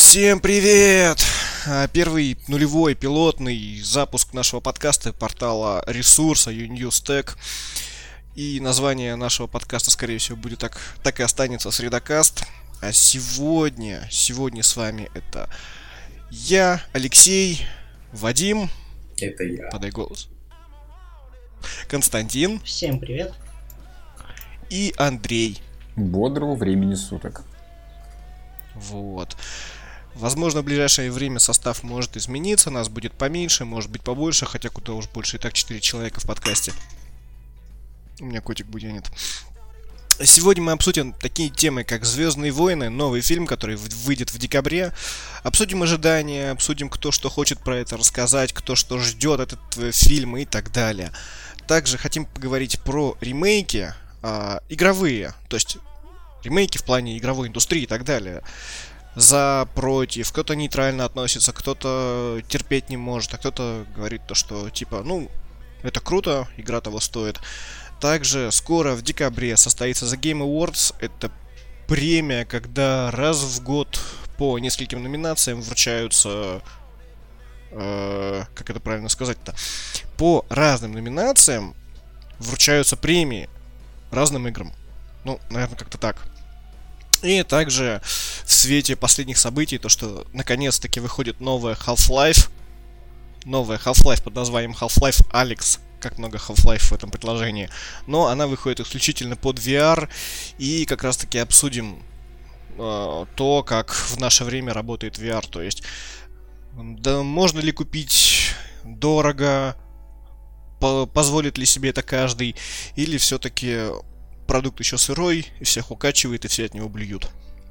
Всем привет! Первый нулевой пилотный запуск нашего подкаста портала ресурса Unewstech. И название нашего подкаста, скорее всего, будет так и останется Средокаст. А сегодня с вами это я, Алексей, Вадим. Это я. Подай голос. Константин. Всем привет. И Андрей. Бодрого времени суток. Вот. Возможно, в ближайшее время состав может измениться, нас будет поменьше, может быть побольше, хотя куда уж больше, и так 4 человека в подкасте. У меня котик буденит. Сегодня мы обсудим такие темы, как «Звездные войны», новый фильм, который выйдет в декабре. Обсудим ожидания, обсудим, кто что хочет про это рассказать, кто что ждет этот фильм и так далее. Также хотим поговорить про ремейки, игровые, то есть ремейки в плане игровой индустрии и так далее. За, против, кто-то нейтрально относится, кто-то терпеть не может, а кто-то говорит то, что типа, это круто, игра того стоит. Также скоро в декабре состоится The Game Awards. Это премия, когда раз в год по нескольким номинациям вручаются... как это правильно сказать-то? По разным номинациям вручаются премии разным играм. Наверное, как-то так. И также в свете последних событий, то что наконец-таки выходит новая Half-Life. Новая Half-Life под названием Half-Life Alyx. Как много Half-Life в этом предложении. Но она выходит исключительно под VR. И как раз таки обсудим то, как в наше время работает VR. То есть, да, можно ли купить дорого, позволит ли себе это каждый, или все-таки продукт еще сырой, и всех укачивает, и все от него блюют.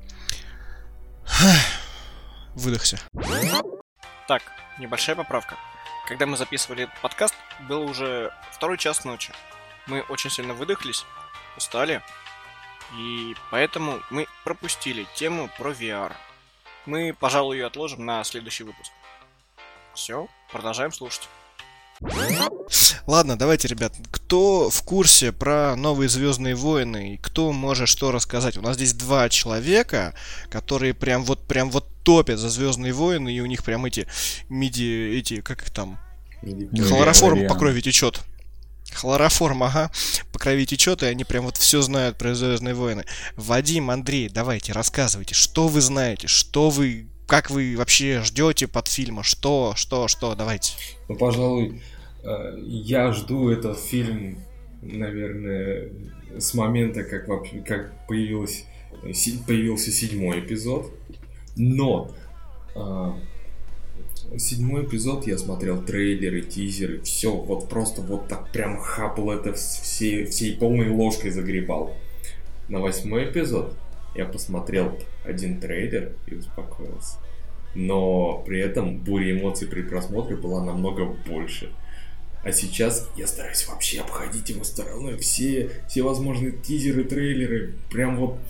Выдохся. Так, небольшая поправка. Когда мы записывали этот подкаст, был уже 2 час ночи. Мы очень сильно выдохлись, устали, и поэтому мы пропустили тему про VR. Мы, пожалуй, ее отложим на следующий выпуск. Все, продолжаем слушать. Ладно, давайте, ребят, кто в курсе про новые Звездные войны и кто может что рассказать? У нас здесь 2 человека, которые прям вот топят за Звездные войны, и у них прям эти как их там? Хлороформ по крови течет. Хлороформ, по крови течет, и они прям вот все знают про Звездные войны. Вадим, Андрей, давайте, рассказывайте, что вы знаете, как вы вообще ждете под фильма, что, давайте. Пожалуй, я жду этот фильм, наверное, с момента, как появился 7-й эпизод. Но 7-й эпизод я смотрел трейлеры, тизеры, все, вот просто вот так прям хапал это всей полной ложкой загребал. На 8-й эпизод я посмотрел один трейлер и успокоился. Но при этом буря эмоций при просмотре была намного больше. А сейчас я стараюсь вообще обходить его стороной. Все возможные тизеры, трейлеры. Прям вот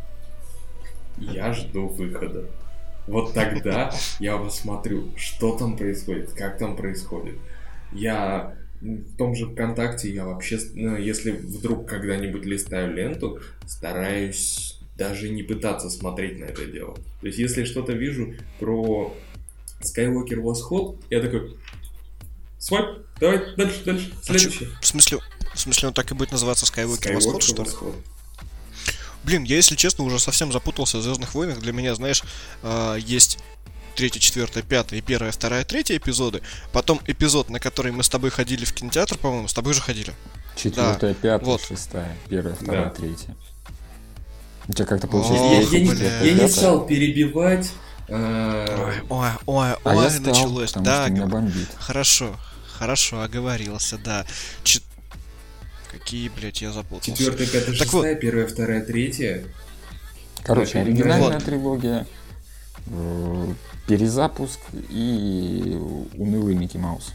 я жду выхода. Вот тогда я посмотрю, что там происходит, как там происходит. Я в том же ВКонтакте, я вообще, если вдруг когда-нибудь листаю ленту, стараюсь даже не пытаться смотреть на это дело. То есть, если что-то вижу про Skywalker Восход, я такой: свайп, давай, дальше, следующий. В смысле он так и будет называться Skywalker Восход, что ли? Восход. Блин, я, если честно, уже совсем запутался в Звездных войнах. Для меня, знаешь, есть 3, 4, 5 и 1, 2, 3 эпизоды. Потом эпизод, на который мы с тобой ходили в кинотеатр, по-моему, с тобой же ходили. 4, 5, вот. 6, 1, 2, 3. У тебя как-то получилось? Я не стал перебивать. Ой, началось. Да, меня бомбит. Хорошо, оговорился, да. Какие, блять, я запутался. 4, 5, 6, 1, 2, 3. Короче, оригинальная трилогия, перезапуск и унылый Микки Маус.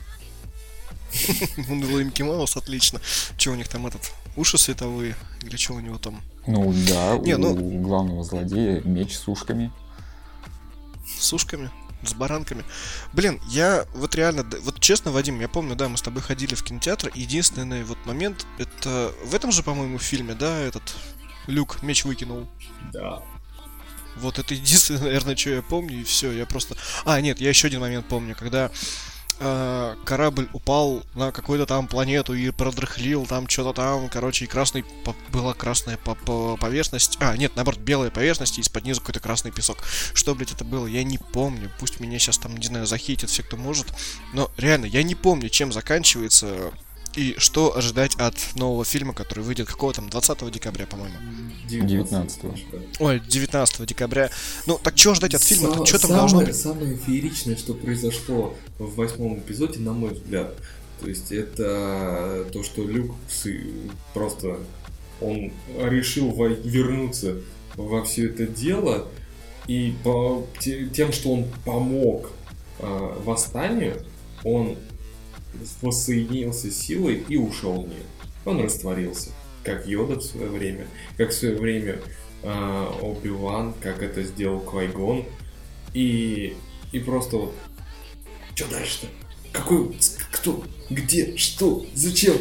Унылый Микки Маус, отлично. Че у них там уши световые? Или что у него там? У главного злодея меч с ушками. С ушками? С баранками. Блин, я вот реально, вот честно, Вадим, я помню, да, мы с тобой ходили в кинотеатр. Единственный вот момент, это в этом же, по-моему, фильме, да, этот Люк меч выкинул. Да. Вот это единственное, наверное, что я помню, и все. Я просто... Нет, я еще один момент помню, когда корабль упал на какую-то там планету и продрыхлил там что-то там, короче, и была красная поверхность. Нет, наоборот, белая поверхность, и из-под низу какой-то красный песок. Что, блядь, это было? Я не помню. Пусть меня сейчас там, не знаю, захейтят все, кто может. Но реально, я не помню, чем заканчивается и что ожидать от нового фильма, который выйдет какого там 20 декабря, по-моему. 19-го. Ой, 19 декабря. Ну, так что ждать от фильма? Что там должно быть? Самое фееричное, что произошло в 8 эпизоде, на мой взгляд, то есть это то, что Люк просто он решил вернуться во все это дело, и тем, что он помог восстанию, он воссоединился с силой и ушел в нее. Он растворился. Как Йода в свое время, как в свое время Оби-Ван, как это сделал Квай-Гон. И просто вот... Что дальше-то? Какой... Кто? Где? Что? Зачем?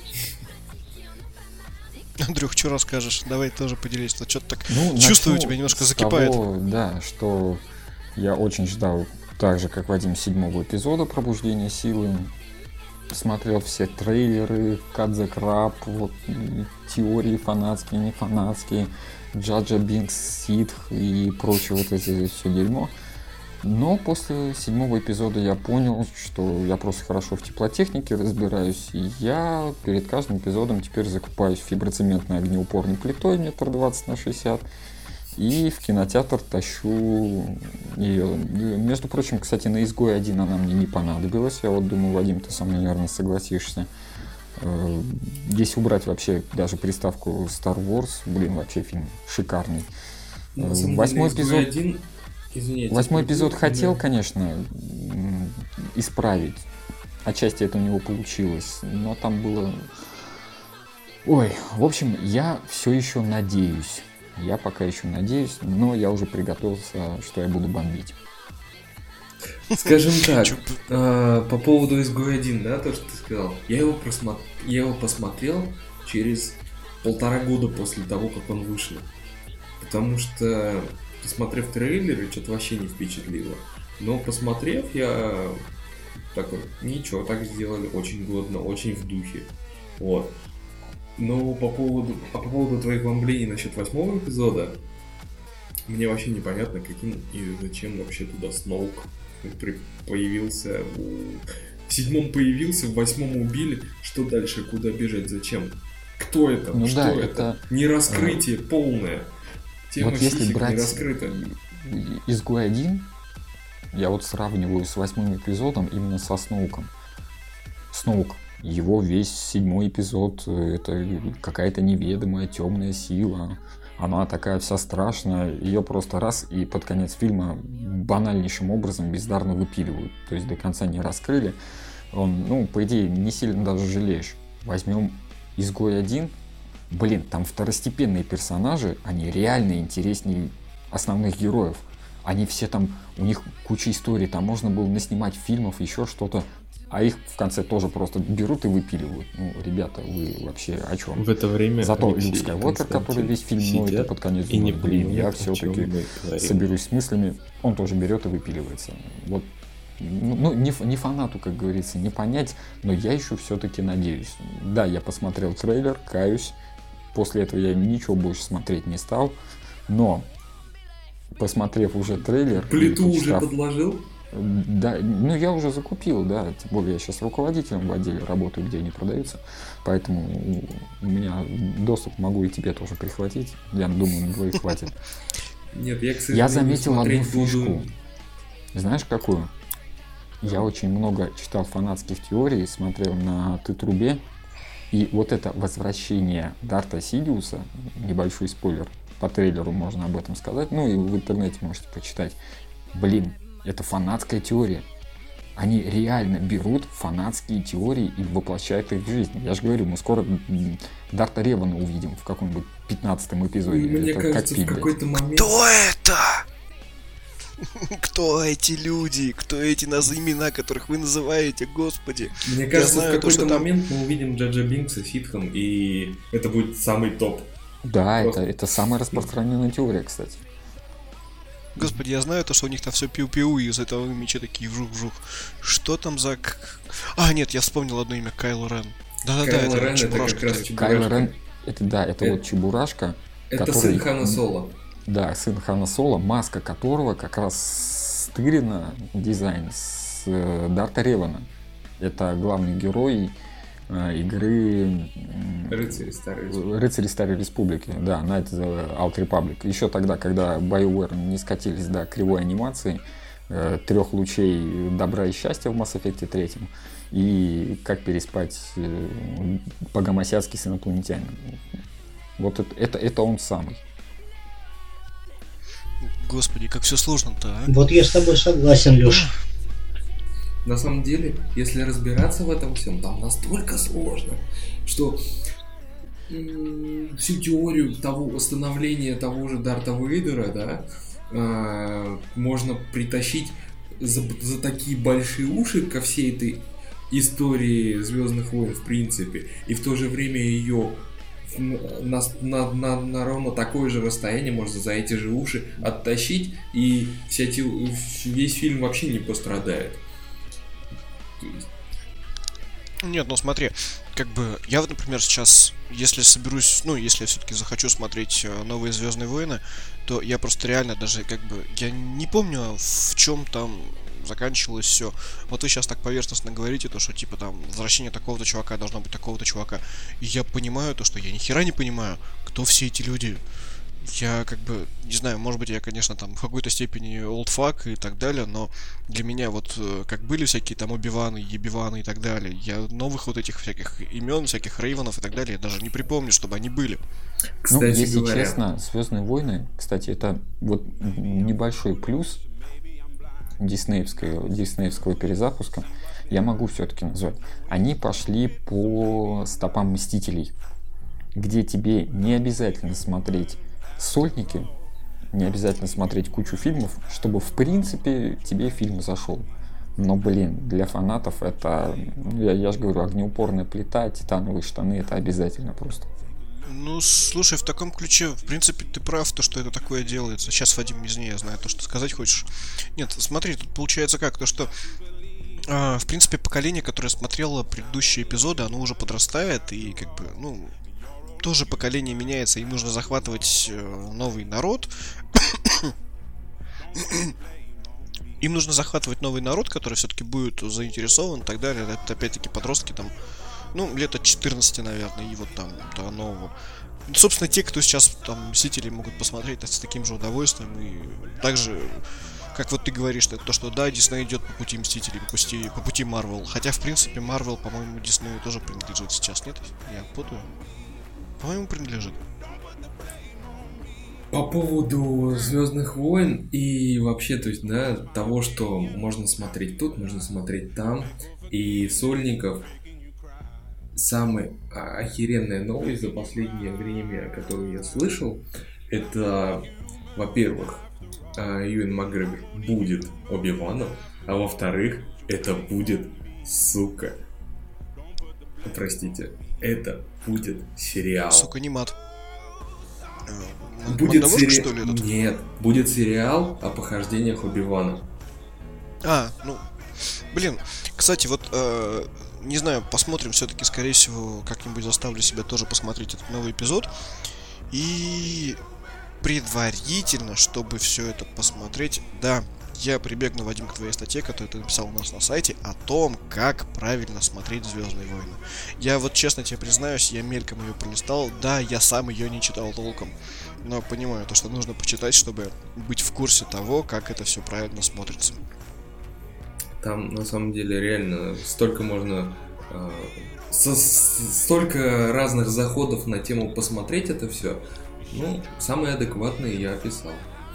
Андрюх, что расскажешь? Давай тоже поделись. Что-то так чувствую, тебя немножко закипает. Да, что я очень ждал, так же, как Вадим, 7-го эпизода «Пробуждения силы». Смотрел все трейлеры, Cut the Crap, вот, теории фанатские, не фанатские, Джаджа Бинкс, Ситх и прочее вот это все дерьмо. Но после 7-го эпизода я понял, что я просто хорошо в теплотехнике разбираюсь, и я перед каждым эпизодом теперь закупаюсь фиброцементной огнеупорной плитой 1,20 на 60 м и в кинотеатр тащу ее. Между прочим, кстати, на «Изгой 1» она мне не понадобилась. Я вот думаю, Вадим, ты со мной, наверное, согласишься. Если убрать вообще даже приставку Star Wars, вообще фильм шикарный. 8-й эпизод... Извините, 8-й эпизод хотел, конечно, исправить. Отчасти это у него получилось, но там было... В общем, я все еще надеюсь. Я пока еще надеюсь, но я уже приготовился, что я буду бомбить. Скажем так, по поводу «Изгой 1», да, то, что ты сказал, я его посмотрел через 1,5 года после того, как он вышел. Потому что, посмотрев трейлеры, что-то вообще не впечатлило. Но посмотрев, я такой, ничего, так сделали очень годно, очень в духе. Вот. Но по поводу твоих бомблений насчет 8-го эпизода, мне вообще непонятно, каким и зачем вообще туда Сноук появился. В 7-м появился, в 8-м убили. Что дальше? Куда бежать? Зачем? Кто это? Что да, это? Не раскрытие полное. Тема вот если брать не раскрыта. «Изгой 1», я вот сравниваю с 8-м эпизодом именно со Сноуком. Сноук. Его весь 7-й эпизод — это какая-то неведомая темная сила. Она такая вся страшная. Ее просто раз и под конец фильма банальнейшим образом бездарно выпиливают. То есть до конца не раскрыли. По идее, не сильно даже жалеешь. Возьмем «Изгой 1». Там второстепенные персонажи, они реально интереснее основных героев. Они все там, у них куча историй, там можно было наснимать фильмов, еще что-то. А их в конце тоже просто берут и выпиливают. Ребята, вы вообще о чем? В это время зато Люк Скайуокер, который весь фильм ноет, и под конец думает, я все-таки соберусь с мыслями. Он тоже берет и выпиливается. Вот. Не фанату, как говорится, не понять, но я еще все-таки надеюсь. Да, я посмотрел трейлер, каюсь. После этого я ничего больше смотреть не стал. Но, посмотрев уже трейлер... Плиту уже подложил? Да, я уже закупил, да, тем более я сейчас руководителем в отделе работаю, где они продаются, поэтому у меня доступ могу и тебе тоже прихватить, я думаю, на двоих хватит. Нет, я, к сожалению, я заметил одну фишку, знаешь какую? Я очень много читал фанатских теорий, смотрел на Ты-трубе, и вот это возвращение Дарта Сидиуса, небольшой спойлер, по трейлеру можно об этом сказать, и в интернете можете почитать, это фанатская теория. Они реально берут фанатские теории и воплощают их в жизнь. Я же говорю, мы скоро Дарта Ревана увидим в каком-нибудь 15-м эпизоде. Мне это кажется, в какой-то момент... Кто это? Кто эти люди? Кто эти имена, которых вы называете, господи? Мне кажется, в какой-то момент мы увидим Джаджа Бинкса с Ситхом, и это будет самый топ. Да, это самая распространенная теория, кстати. Господи, я знаю то, что у них там все пиу-пиу, и из этого мечи такие вжух-вжух. Что там за... нет, я вспомнил одно имя, Кайло Рен. Да-да-да, Кайло это Рен Чебурашка. это как раз Кайло Чебурашка. Рен, это вот Чебурашка, Это который... сын Хана Соло. Да, сын Хана Соло, маска которого как раз стырена дизайн с Дарта Ревана. Это главный герой игры «Рыцари Старой Республики», да, Knights of the Old Republic. Еще тогда, когда BioWare не скатились до кривой анимации, 3 лучей добра и счастья в Mass Effect 3, и как переспать по-гомосяцки с инопланетянином. Вот это он самый. Господи, как все сложно-то, а? Вот я с тобой согласен, Лёш. На самом деле, если разбираться в этом всем, там настолько сложно, что всю теорию того становления того же Дарта Вейдера, да, можно притащить за такие большие уши ко всей этой истории Звездных войн в принципе, и в то же время ее на ровно такое же расстояние можно за эти же уши оттащить, и весь фильм вообще не пострадает. Нет, ну смотри, как бы я вот, например, сейчас, если соберусь, если я все-таки захочу смотреть новые Звездные войны, то я просто реально даже я не помню, в чем там заканчивалось все. Вот вы сейчас так поверхностно говорите, то, что типа там возвращение такого-то чувака должно быть такого-то чувака. И я понимаю то, что я ни хера не понимаю, кто все эти люди. Я не знаю, может быть, я, конечно, там в какой-то степени олдфак и так далее, но для меня вот как были всякие там Оби-Ваны, Еби-Ваны и так далее, я новых вот этих всяких имен, всяких Рейвенов и так далее, я даже не припомню, чтобы они были. Кстати если говоря, честно, Звездные войны, кстати, это вот небольшой плюс диснеевского перезапуска, я могу все-таки назвать. Они пошли по стопам Мстителей, где тебе не обязательно смотреть сольники, не обязательно смотреть кучу фильмов, чтобы в принципе тебе фильм зашел. Но, для фанатов это, я же говорю, огнеупорная плита, титановые штаны, это обязательно просто. Ну, слушай, в таком ключе, в принципе, ты прав, то, что это такое делается. Сейчас, Вадим, извини, я знаю то, что сказать хочешь. Нет, смотри, тут получается как, то, что в принципе, поколение, которое смотрело предыдущие эпизоды, оно уже подрастает, и тоже поколение меняется, им нужно захватывать новый народ. Им нужно захватывать новый народ, который все-таки будет заинтересован и так далее. Это опять-таки подростки там, лет от 14, наверное, и вот там до нового. Собственно, те, кто сейчас там Мстители могут посмотреть с таким же удовольствием. И также, как вот ты говоришь, это то, что да, Дисней идет по пути Мстителей, по пути Марвел. Хотя, в принципе, Марвел, по-моему, Диснею тоже принадлежит сейчас, нет? Я путаю. По-моему, принадлежит. По поводу Звездных войн и вообще, то есть, да, того, что можно смотреть тут, можно смотреть там, и сольников, самая охеренная новость за последнее время, которую я слышал, это, во-первых, Юэн Макгрегор будет Оби-Ваном, а во-вторых, это будет, сука, простите, это будет сериал. Сука, не мат. Будет что ли, этот? Нет, будет сериал о похождениях Оби-Вана. Кстати, вот, не знаю, посмотрим все-таки, скорее всего, как-нибудь заставлю себя тоже посмотреть этот новый эпизод. И предварительно, чтобы все это посмотреть, да, я прибегну, Вадим, к твоей статье, которую ты написал у нас на сайте, о том, как правильно смотреть Звездные войны. Я вот честно тебе признаюсь, я мельком ее пролистал, да, я сам ее не читал толком, но понимаю то, что нужно почитать, чтобы быть в курсе того, как это все правильно смотрится. Там на самом деле реально столько можно, столько разных заходов на тему посмотреть это все. Самые адекватные я описал.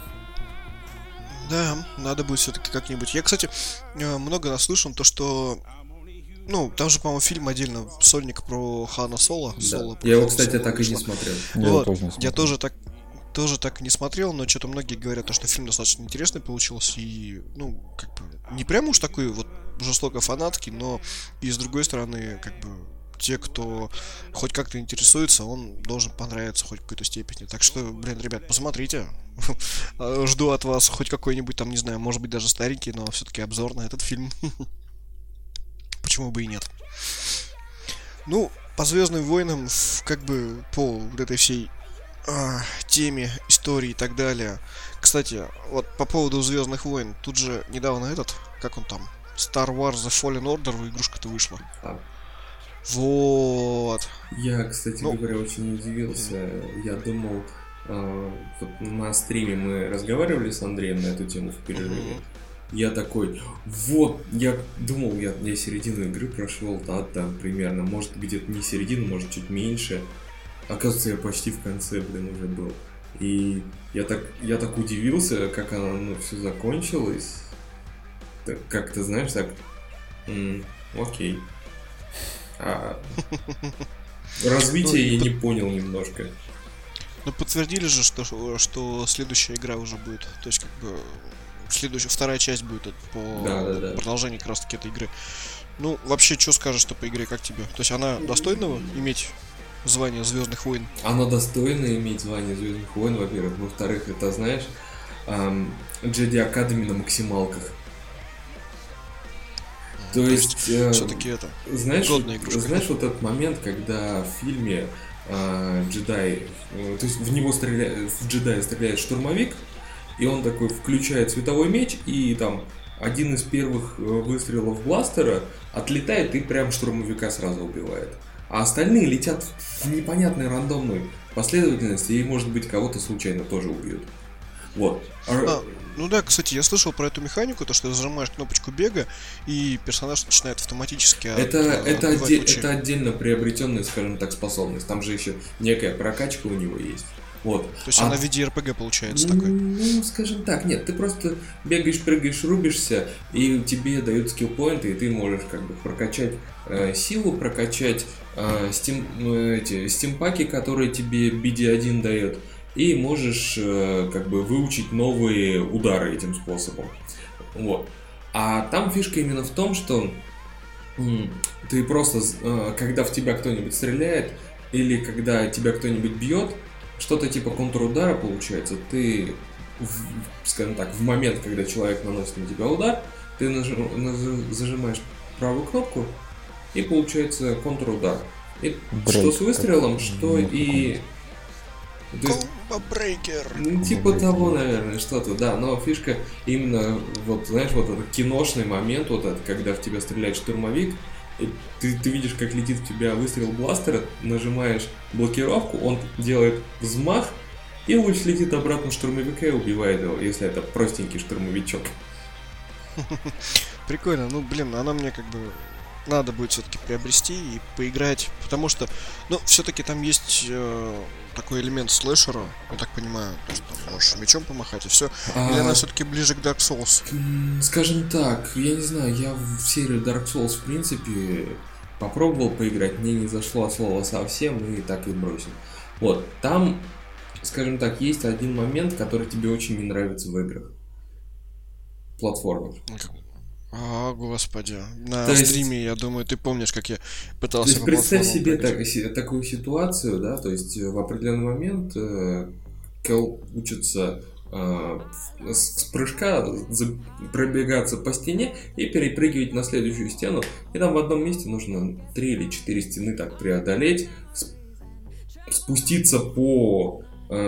Да, надо будет все-таки как-нибудь. Я, кстати, много наслышан то, что... там же, по-моему, фильм отдельно, сольник про Хана Соло. Да. Я его, кстати, так и не смотрел. Я тоже так не смотрел, но что-то многие говорят, что фильм достаточно интересный получился. И, не прям уж такой вот жестоко фанатский, но и с другой стороны, те, кто хоть как-то интересуется, он должен понравиться хоть в какой-то степени. Так что, блин, ребят, посмотрите. Жду от вас хоть какой-нибудь там, не знаю, может быть даже старенький, но все-таки обзор на этот фильм. Почему бы и нет? Ну, по Звездным войнам, как бы по вот этой всей теме, истории и так далее. Кстати, вот по поводу Звездных войн, тут же недавно как он там, Star Wars The Fallen Order, игрушка-то вышла. Да. Вот. Я, кстати говоря, очень удивился. Я думал, вот на стриме мы разговаривали с Андреем на эту тему в перерыве. Я такой, вот, я думал, я середину игры прошел, да, там примерно, может где-то не середину, может чуть меньше. Оказывается, я почти в конце, уже был. И я так удивился, как оно все закончилось. Так, как ты знаешь, так, окей. Развитие я не понял немножко. Ну, подтвердили же, что следующая игра уже будет. То есть, как бы, вторая часть будет по продолжению как раз таки этой игры. Ну, вообще, что скажешь-то по игре, как тебе? То есть, она достойна иметь звание Звездных войн? Она достойна иметь звание Звездных войн, во-первых. Во-вторых, это, знаешь, Jedi Academy на максималках. То есть все-таки это годная игрушка. Знаешь, вот этот момент, когда в фильме джедай, то есть в джедая стреляет штурмовик, и он такой включает световой меч, и там один из первых выстрелов бластера отлетает и прям штурмовика сразу убивает. А остальные летят в непонятной рандомной последовательности, и, может быть, кого-то случайно тоже убьют. Вот. Ну да, кстати, я слышал про эту механику, то, что ты зажимаешь кнопочку бега, и персонаж начинает автоматически... Это отдельно приобретенная, скажем так, способность. Там же еще некая прокачка у него есть. Вот. То есть она в виде РПГ получается такой? Ну, скажем так, нет, ты просто бегаешь, прыгаешь, рубишься, и тебе дают скиллпоинты, и ты можешь как бы прокачать силу, прокачать стимпаки, которые тебе BD1 дает, и можешь как бы выучить новые удары этим способом. Вот. А там фишка именно в том, что ты просто, когда в тебя кто-нибудь стреляет, или когда тебя кто-нибудь бьет, что-то типа контрудара получается, ты, скажем так, в момент, когда человек наносит на тебя удар, ты зажимаешь правую кнопку, и получается контрудар. И что с выстрелом, что и... Комбо-брейкер! Ну, типа того, наверное, что-то, да, но фишка именно, вот, знаешь, вот этот киношный момент, вот этот, когда в тебя стреляет штурмовик, и ты видишь, как летит в тебя выстрел бластера, нажимаешь блокировку, он делает взмах, и луч летит обратно в штурмовика и убивает его, если это простенький штурмовичок. Прикольно, ну, блин, она мне как бы... Надо будет все-таки приобрести и поиграть, потому что, ну, все-таки там есть такой элемент слэшера, я так понимаю, то, что там можешь мечом помахать и все. Или она все-таки ближе к Dark Souls? Скажем так, я не знаю, я в серию Dark Souls, в принципе, попробовал поиграть, мне не зашло от слова совсем, и так и бросил. Вот, там, скажем так, есть один момент, который тебе очень не нравится в играх. Платформер. Господи. На стриме, я думаю, ты помнишь, как я пытался... То есть представь себе такую ситуацию, да, то есть в определенный момент Кэл учится с прыжка пробегаться по стене и перепрыгивать на следующую стену, и там в одном месте нужно 3 или 4 стены так преодолеть, спуститься по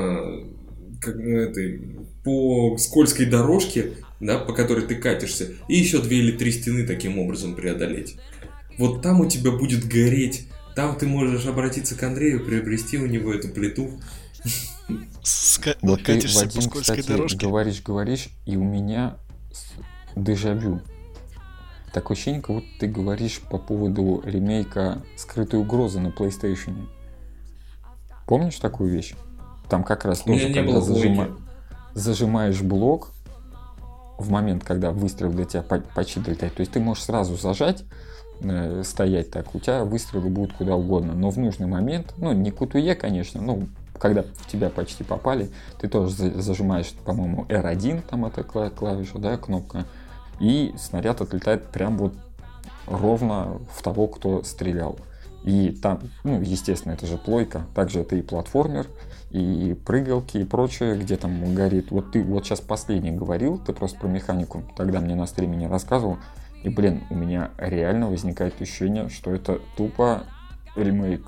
скользкой дорожке, да, по которой ты катишься, и еще 2 или 3 стены таким образом преодолеть. Вот там у тебя будет гореть. Там ты можешь обратиться к Андрею, приобрести у него эту плиту. Вот ты, Вадим, кстати, говоришь, и у меня дежавю. Такое ощущение, как будто ты говоришь по поводу ремейка «Скрытой угрозы» на PlayStation. Помнишь такую вещь? Там как раз тоже, когда зажимаешь блок, в момент, когда выстрел до тебя почти долетает, то есть ты можешь сразу зажать, стоять так, у тебя выстрелы будут куда угодно, но в нужный момент, ну не КТУЕ, конечно, ну когда в тебя почти попали, ты тоже зажимаешь, по-моему, R1, там эта клавиша, да, кнопка, и снаряд отлетает прям вот ровно в того, кто стрелял. И там, ну, естественно, это же плойка. Также это и платформер, и прыгалки, и прочее, где там горит. Вот ты вот сейчас последний говорил, ты просто про механику, тогда мне на стриме не рассказывал. И, блин, у меня реально возникает ощущение, что это тупо ремейк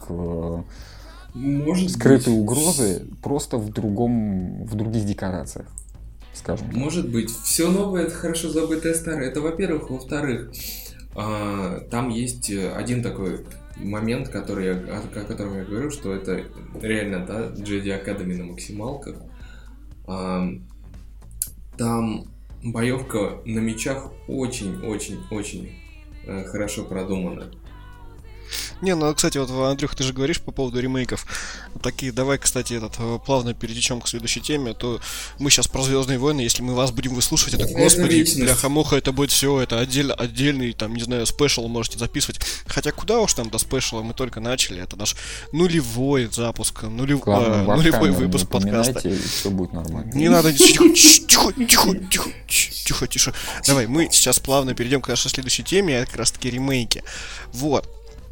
скрытой угрозы, просто в других декорациях, скажем так. Может быть. Все новое — это хорошо забытое старое. Это, во-первых. Во-вторых, там есть один такой момент, о котором я говорю, что это реально, да, Jedi Academy на максималках. Там боевка на мечах очень-очень-очень хорошо продумана. Не, ну, кстати, вот, Андрюх, ты же говоришь по поводу ремейков. Такие, давай, кстати, плавно перетечем к следующей теме, а то мы сейчас про Звездные войны, если мы вас будем выслушивать, это, господи, бляха-муха, это будет все, это отдельный, там, не знаю, спешл можете записывать. Хотя куда уж там до спешла, мы только начали, это наш нулевой запуск, нулевой выпуск подкаста. И все будет нормально. Не надо, тихо. Давай, мы сейчас плавно перейдем к нашей следующей теме, это как раз таки ремейки. Вот.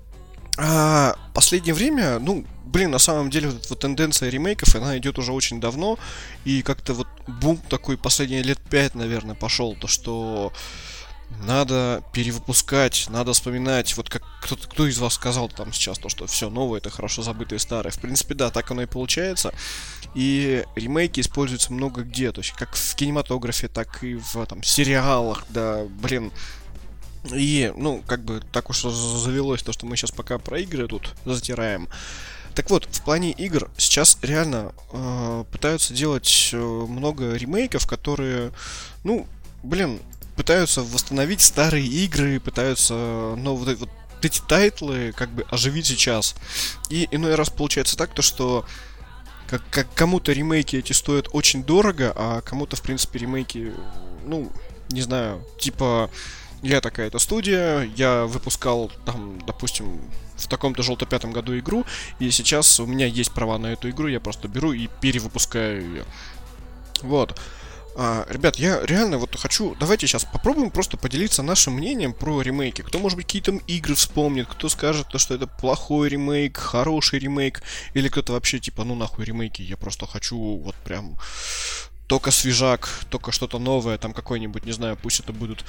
Последнее время, ну, блин, на самом деле вот тенденция ремейков, она идет уже очень давно, и как-то вот бум такой последние лет 5, наверное, пошел, то что надо перевыпускать, надо вспоминать, вот как кто из вас сказал там сейчас, то что все новое, это хорошо забытое старое. В принципе, да, так оно и получается. И ремейки используются много где, то есть как в кинематографе, так и в там сериалах, да, блин. И, ну, как бы так уж завелось то, что мы сейчас пока про игры тут затираем. Так вот, в плане игр сейчас реально пытаются делать много ремейков, которые, ну, блин, пытаются восстановить старые игры, пытаются, ну, вот эти тайтлы как бы оживить сейчас. И иной раз получается так, то что как кому-то ремейки эти стоят очень дорого, а кому-то, в принципе, ремейки, ну, не знаю, типа... Я такая-то студия, я выпускал там, допустим, в таком-то желто-пятом году игру, и сейчас у меня есть права на эту игру, я просто беру и перевыпускаю ее. Вот. Ребят, я реально вот хочу... Давайте сейчас попробуем просто поделиться нашим мнением про ремейки. Кто, может быть, какие-то игры вспомнит, кто скажет, что это плохой ремейк, хороший ремейк, или кто-то вообще типа, ну нахуй ремейки, я просто хочу вот прям... Только свежак, только что-то новое, там какой-нибудь, не знаю, пусть это будут,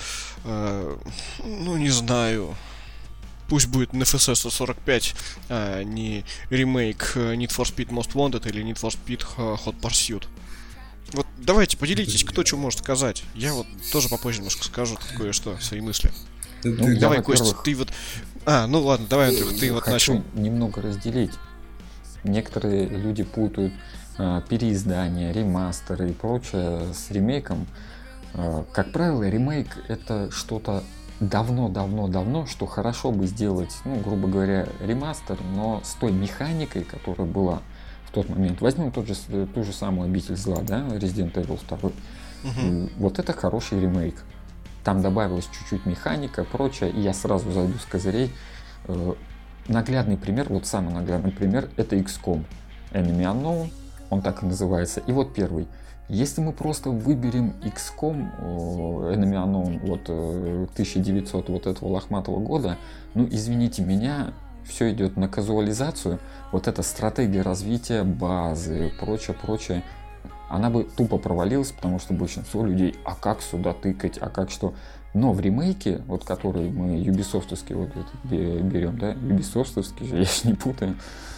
ну не знаю, пусть будет NFS 145, а не ремейк Need for Speed Most Wanted или Need for Speed Hot Pursuit. Вот давайте поделитесь, кто что может сказать. Я вот тоже попозже немножко скажу кое-что, свои мысли. Ну, давай, Костя, ты вот... ну ладно, давай, Андрюх, ты вот начал. Хочу немного разделить. Некоторые люди путают переиздания, ремастеры и прочее с ремейком. Как правило, ремейк — это что-то давно, что хорошо бы сделать, ну, грубо говоря, ремастер, но с той механикой, которая была в тот момент. Возьмем ту же самую «Обитель зла», да, Resident Evil 2. Вот это хороший ремейк. Там добавилась чуть-чуть механика, прочее, и я сразу зайду с козырей. Наглядный пример, вот самый наглядный пример, это XCOM. Enemy Unknown, он так и называется. И вот первый. Если мы просто выберем XCOM, Enemy Unknown, вот 1900 вот этого лохматого года, ну, извините меня, все идет на казуализацию. Вот эта стратегия развития базы, прочее, она бы тупо провалилась, потому что большинство людей, а как сюда тыкать, а как что... Но в ремейке, вот который мы юбисофтовский вот берем, да, юбисофтовский же, я ж не путаю.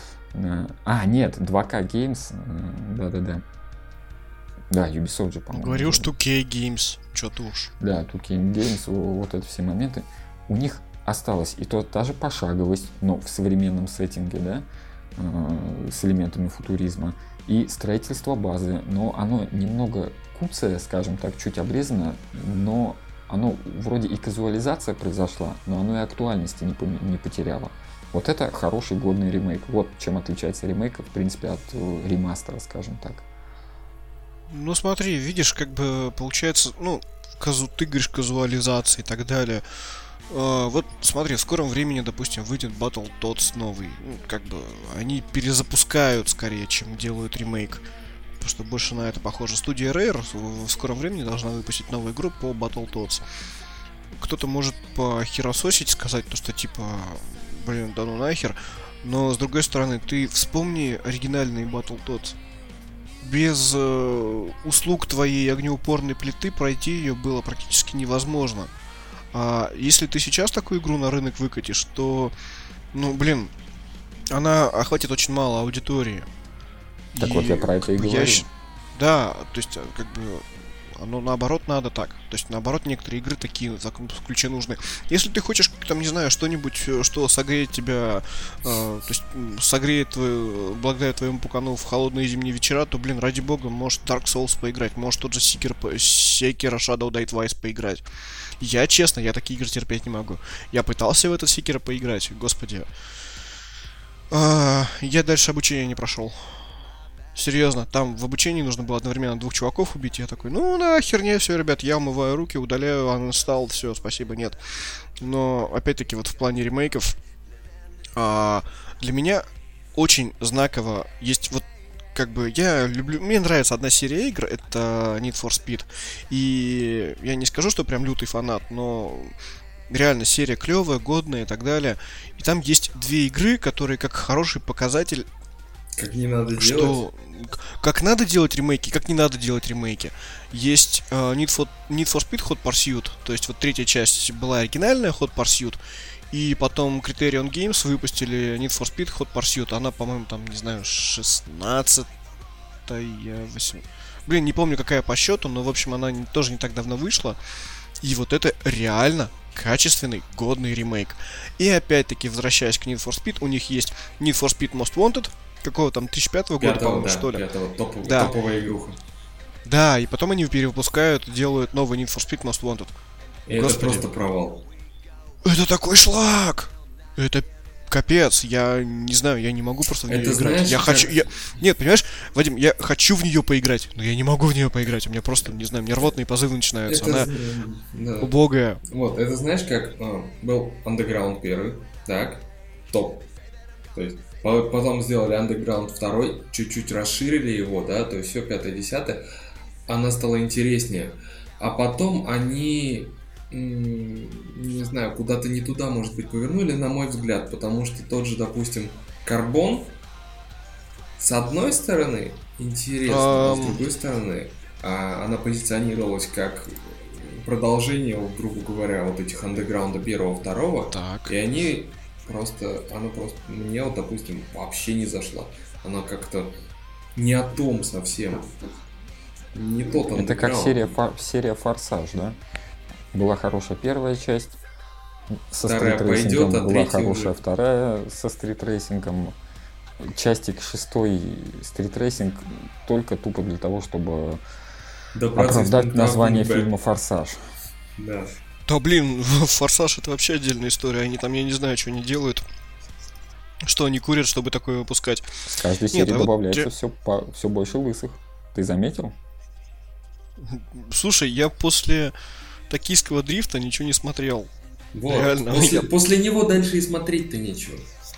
Нет, 2K Games, да. Да, Ubisoft же, по-моему. Говорил, что 2K Games, что-то уж. Да, 2K Games, вот это все моменты. У них осталась и та же пошаговость, но в современном сеттинге, да, с элементами футуризма, и строительство базы, но оно немного куцое, скажем так, чуть обрезано, но оно вроде и казуализация произошла, но оно и актуальности не потеряло. Вот это хороший годный ремейк. Вот чем отличается ремейк, в принципе, от ремастера, скажем так. Ну смотри, видишь, как бы получается, ну, ты говоришь казуализация и так далее. Вот смотри, в скором времени, допустим, выйдет Battletoads новый. Ну, как бы они перезапускают скорее, чем делают ремейк. Потому что больше на это похоже. Студия Rare в скором времени должна выпустить новую игру по Battletoads. Кто-то может похерососить, сказать то, что типа... блин, да ну нахер. Но, с другой стороны, ты вспомни оригинальный Battletoads. Без услуг твоей огнеупорной плиты пройти ее было практически невозможно. А если ты сейчас такую игру на рынок выкатишь, то, ну, блин, она охватит очень мало аудитории. Так вот я про это и говорю. Да, то есть, как бы, оно наоборот надо так. То есть, наоборот, некоторые игры такие в таком ключе нужны. Если ты хочешь, там, не знаю, что-нибудь, что согреет тебя, то есть, согреет благодаря твоему пукану в холодные зимние вечера, то, блин, ради бога, может Dark Souls поиграть, может тот же Sekiro Shadow Die Twice поиграть. Я, честно, я такие игры терпеть не могу. Я пытался в этот Sekiro поиграть, господи. Я дальше обучение не прошел. Серьезно, там в обучении нужно было одновременно 2 чуваков убить. Я такой, ну нахер, не, все, ребят, я умываю руки, удаляю, uninstall, все, спасибо, нет. Но, опять-таки, вот в плане ремейков, для меня очень знаково есть вот, как бы, я люблю, мне нравится одна серия игр, это Need for Speed. И я не скажу, что прям лютый фанат, но реально серия клевая, годная и так далее. И там есть 2 игры, которые как хороший показатель, как не надо что делать. Как надо делать ремейки, как не надо делать ремейки. Есть Need for Speed Hot Pursuit, то есть вот 3-я часть была оригинальная Hot Pursuit, и потом Criterion Games выпустили Need for Speed Hot Pursuit. Она, по-моему, там, не знаю, 16-я, 8... Блин, не помню, какая по счету, но, в общем, она тоже не так давно вышла. И вот это реально качественный, годный ремейк. И опять-таки, возвращаясь к Need for Speed, у них есть Need for Speed Most Wanted, какого там, 2005 года, по-моему, да, что ли? 5-го, Да. топовая игруха. Да, и потом они перевыпускают, делают новый Need for Speed Most Wanted. И это просто провал. Это такой шлак! Это капец, я не знаю, я не могу просто в нее играть. Знаешь, Я хочу. Нет, понимаешь, Вадим, я хочу в нее поиграть, но я не могу в нее поиграть. У меня просто, не знаю, мне рвотные позывы начинаются. Она убогая. Вот, это знаешь, как был Underground 1, так, топ. То есть потом сделали Underground 2, чуть-чуть расширили его, да, то есть все 5-10, она стала интереснее. А потом они, не знаю, куда-то не туда, может быть, повернули, на мой взгляд, потому что тот же, допустим, Carbon, с одной стороны, интересно, а с другой стороны, она позиционировалась как продолжение, грубо говоря, вот этих Underground 1, 2, Так. и она просто мне, вот, допустим, вообще не зашла. Она как-то не о том совсем. Не тот Underground. Это как серия Форсаж, да? Была хорошая 1-я часть со стритрейсингом, была хорошая 2-я со стритрейсингом. Частик 6-й стритрейсинг только тупо для того, чтобы оправдать название фильма «Форсаж». Да. Да блин, Форсаж это вообще отдельная история. Они там, я не знаю, что они делают. Что они курят, чтобы такое выпускать. С каждой серии добавляется все больше лысых. Ты заметил? Слушай, я после Токийского дрифта ничего не смотрел. Вот. Реально. После него дальше и смотреть-то нечего.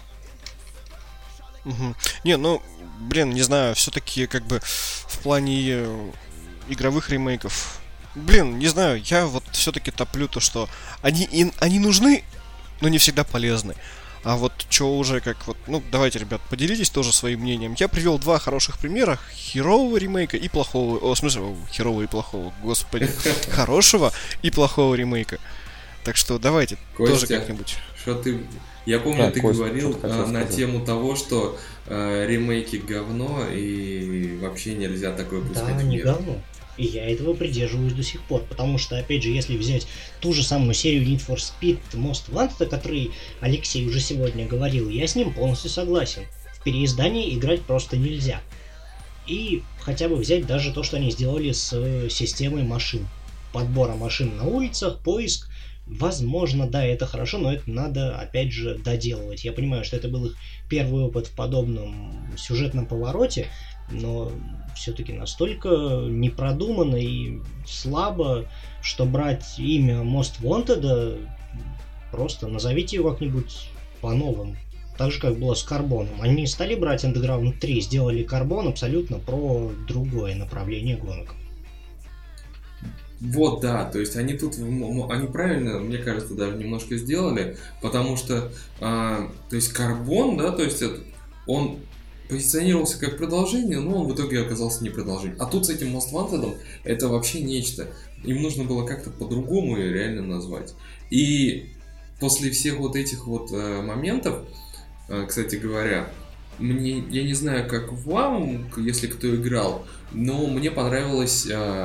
Угу. Не, ну, блин, не знаю, все-таки как бы в плане игровых ремейков. Блин, не знаю, я вот все-таки топлю то, что они нужны, но не всегда полезны. А вот что уже как вот, ну давайте, ребят, поделитесь тоже своим мнением. Я привел 2 хороших примера: херового ремейка и плохого. В смысле, херового и плохого, господи. Хорошего и плохого ремейка. Так что давайте, Костя, тоже как-нибудь. Что ты... Я помню, ты Костя, говорил на тему того, что ремейки говно и вообще нельзя такое пускать в мир. Да, не говно. И я этого придерживаюсь до сих пор, потому что, опять же, если взять ту же самую серию Need for Speed Most Wanted, о которой Алексей уже сегодня говорил, я с ним полностью согласен. В переиздании играть просто нельзя. И хотя бы взять даже то, что они сделали с системой машин. Подбора машин на улицах, поиск. Возможно, да, это хорошо, но это надо, опять же, доделывать. Я понимаю, что это был их первый опыт в подобном сюжетном повороте, но все-таки настолько непродуманно и слабо, что брать имя Most Wanted, просто назовите его как-нибудь по-новому. Так же, как было с Карбоном. Они не стали брать Underground 3, сделали Карбон абсолютно про другое направление гонок. Вот, да, то есть они тут, они правильно, мне кажется, даже немножко сделали, потому что, то есть Карбон, да, то есть он позиционировался как продолжение, но он в итоге оказался не продолжением. А тут с этим Most Wanted это вообще нечто. Им нужно было как-то по-другому ее реально назвать. И после всех вот этих вот моментов, кстати говоря, я не знаю, как вам, если кто играл, но мне понравилось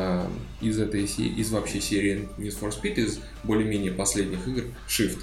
из вообще серии Need for Speed, из более-менее последних игр, Shift.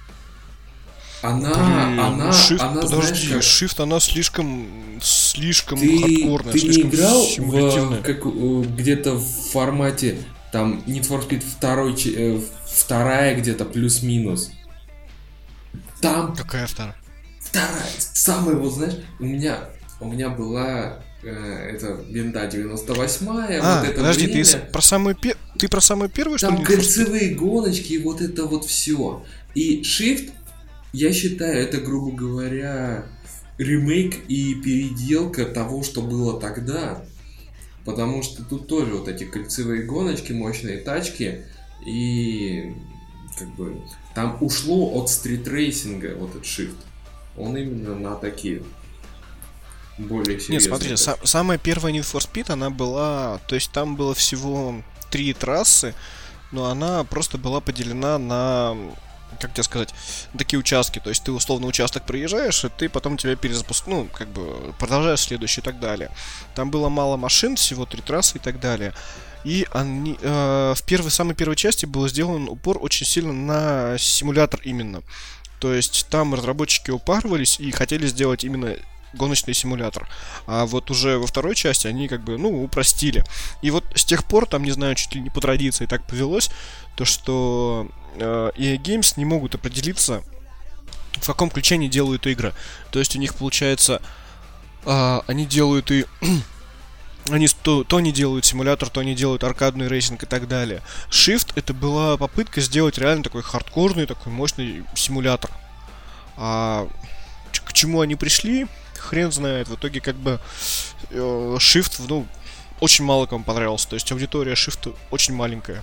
Shift, она, подожди, знаешь, Shift, она слишком хардкорная, ты не слишком играл симулятивная. где-то в формате там Need for Speed вторая где-то плюс-минус. Там Какая вторая? вторая, самая, вот знаешь, у меня была это винда 98-я, вот это подожди, время. ты про самую первую, что Там ли? Need for Speed? кольцевые гоночки и вот это вот все. И Shift, я считаю, это, грубо говоря, ремейк и переделка того, что было тогда. Потому что тут тоже вот эти кольцевые гоночки, мощные тачки. И как бы там ушло от стритрейсинга вот этот Shift. Он именно на такие более серьезные. Нет, смотрите, самая первая Need for Speed, она была... То есть там было всего 3 трассы, но она просто была поделена на... Как тебе сказать, такие участки. То есть ты условно участок проезжаешь, и ты потом тебя перезапускаешь, как бы продолжаешь следующий и так далее. Там было мало машин, всего 3 трассы и так далее. И они, в самой первой части был сделан упор очень сильно на симулятор именно. То есть там разработчики упарывались и хотели сделать именно гоночный симулятор. А вот уже во второй части они как бы, упростили. И вот с тех пор, там, не знаю, чуть ли не по традиции так повелось, то что EA Games не могут определиться, в каком ключе они делают игры. То есть у них получается, они делают и... Они то не делают симулятор, то не делают аркадный рейсинг и так далее. Shift — это была попытка сделать реально такой хардкорный, такой мощный симулятор. А к чему они пришли, хрен знает. В итоге как бы Shift, очень мало кому понравился. То есть аудитория Shift очень маленькая.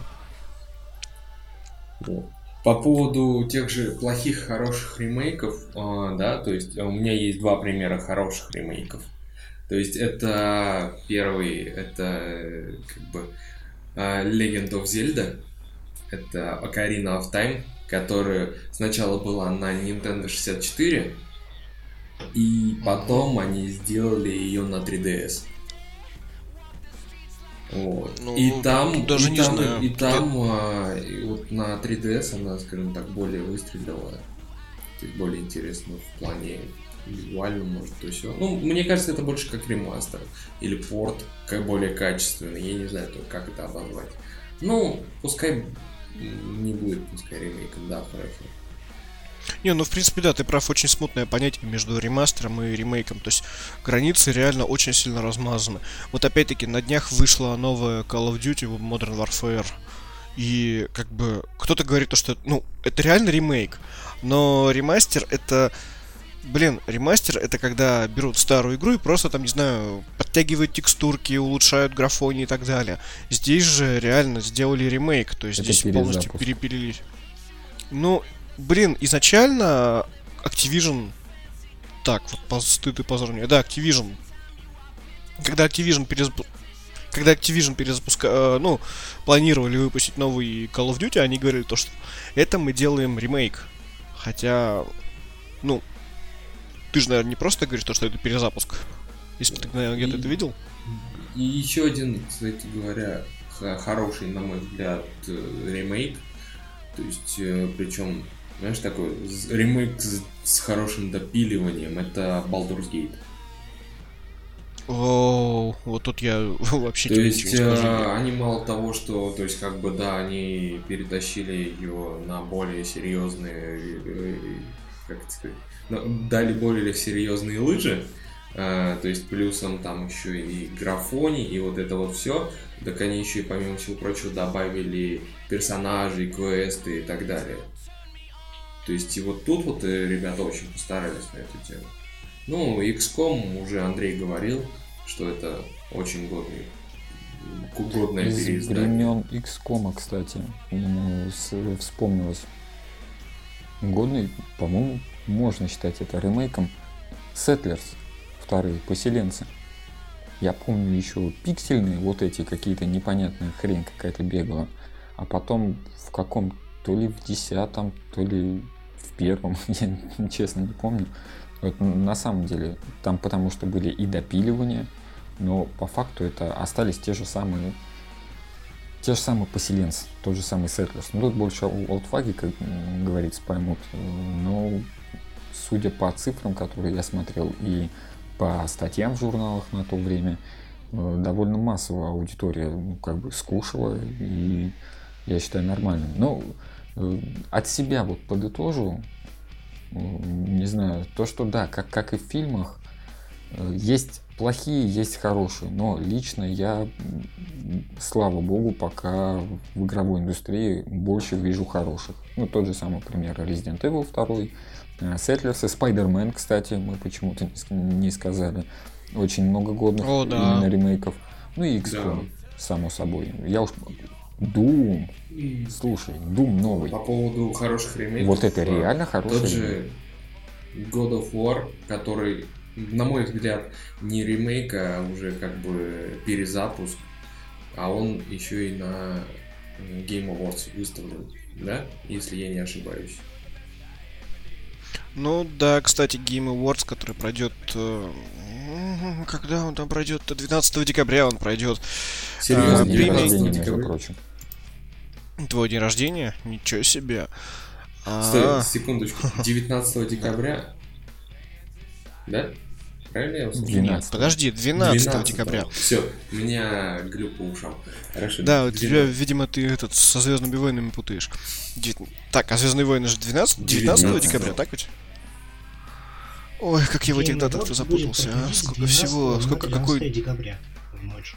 По поводу тех же плохих, хороших ремейков, да, то есть у меня есть 2 примера хороших ремейков. То есть это первый, это как бы Legend of Zelda, это Ocarina of Time, которая сначала была на Nintendo 64, и потом они сделали ее на 3DS. Вот. И там даже не знаю. И там вот на 3DS она, скажем так, более выстрелила, то есть более интересно в плане визуально, может, то все. Мне кажется, это больше как ремастер или порт, как более качественный. Я не знаю, как это обозвать. Пускай не будет, пускай ремейком, да, хорошо. В принципе, да, ты прав, очень смутное понятие между ремастером и ремейком. То есть границы реально очень сильно размазаны. Вот опять-таки на днях вышла новая Call of Duty Modern Warfare. И как бы кто-то говорит, что это реально ремейк. Но ремастер это... ремастер — это когда берут старую игру и просто там, не знаю, подтягивают текстурки, улучшают графони и так далее. Здесь же реально сделали ремейк, то есть Это здесь полностью перепилились. Изначально Activision... Так, вот стыд и позор мне. Да, Activision. Когда Activision планировали выпустить новый Call of Duty, они говорили то, что это мы делаем ремейк. Хотя, ты же, наверное, не просто говоришь, что это перезапуск. Если ты, наверное, где-то это видел. И еще один, кстати говоря, хороший, на мой взгляд, ремейк. То есть, причем, знаешь, такой ремейк с хорошим допиливанием. Это Baldur's Gate. О, вот тут я вообще то тебе есть, ничего не скажу. они мало того, что, то есть, как бы, да, они перетащили ее на более серьезные, как это сказать, дали более серьезные лыжи, то есть плюсом там еще и графоний, и вот это вот все. Так они еще и помимо всего прочего добавили персонажей, квесты и так далее. То есть и вот тут вот ребята очень постарались на эту тему. XCOM уже Андрей говорил, что это очень годный годное Из переиздание. времен XCOM, кстати, вспомнилось. Годный, по-моему, можно считать это ремейком. Settlers, вторые, поселенцы. Я помню еще пиксельные, вот эти какие-то непонятные хрень какая-то бегала. А потом в каком, то ли в 10-м, то ли в 1-м, я честно не помню. Вот, на самом деле, там потому что были и допиливания, но по факту это остались те же самые поселенцы, тот же самый Settlers. Ну, тут больше олдфаги, как говорится, поймут. Но судя по цифрам, которые я смотрел, и по статьям в журналах на то время, довольно массовая аудитория как бы скушала, и я считаю нормальным. Но от себя вот подытожу, не знаю, то, что да, как и в фильмах, есть плохие, есть хорошие, но лично я, слава богу, пока в игровой индустрии больше вижу хороших. Ну, тот же самый пример Resident Evil 2, Settlers и Spider-Man, кстати, мы почему-то не сказали. Очень много годных именно ремейков. Ну и XCOM, само собой. Я уж... Doom. Слушай, Doom новый. По поводу хороших ремейков. Вот это реально хороший тот же God of War, который, на мой взгляд, не ремейк, а уже как бы перезапуск. А он еще и на Game Awards выставлен, да? Если я не ошибаюсь. Ну да, кстати, Game Awards, который пройдет... Когда он там пройдет? 12 декабря он пройдет. Серьезно? День рождения, между прочим. Твой день рождения? Ничего себе. Стой, секундочку. 19 декабря? Да? Правильно я услышал? 12. Подожди, 12 декабря. Все, у меня глюк по ушам. Хорошо. Да, у тебя, видимо, ты этот со Звездными войнами путаешь. Так, а Звездные войны же 19 декабря, так ведь? Ой, как я в этих датах запутался, а? Сколько всего, сколько какой... декабря в ночь.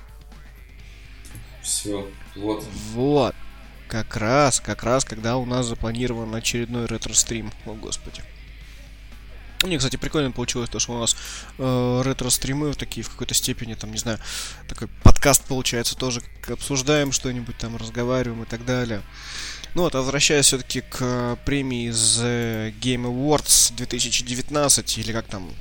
Все, вот. Вот. Как раз, когда у нас запланирован очередной ретро-стрим. О, господи. Не, кстати, прикольно получилось то, что у нас ретро-стримы такие в какой-то степени, там, не знаю, такой подкаст получается тоже, обсуждаем что-нибудь, там, разговариваем и так далее. Ну вот, возвращаясь все-таки к премии The Game Awards 2019, или как там,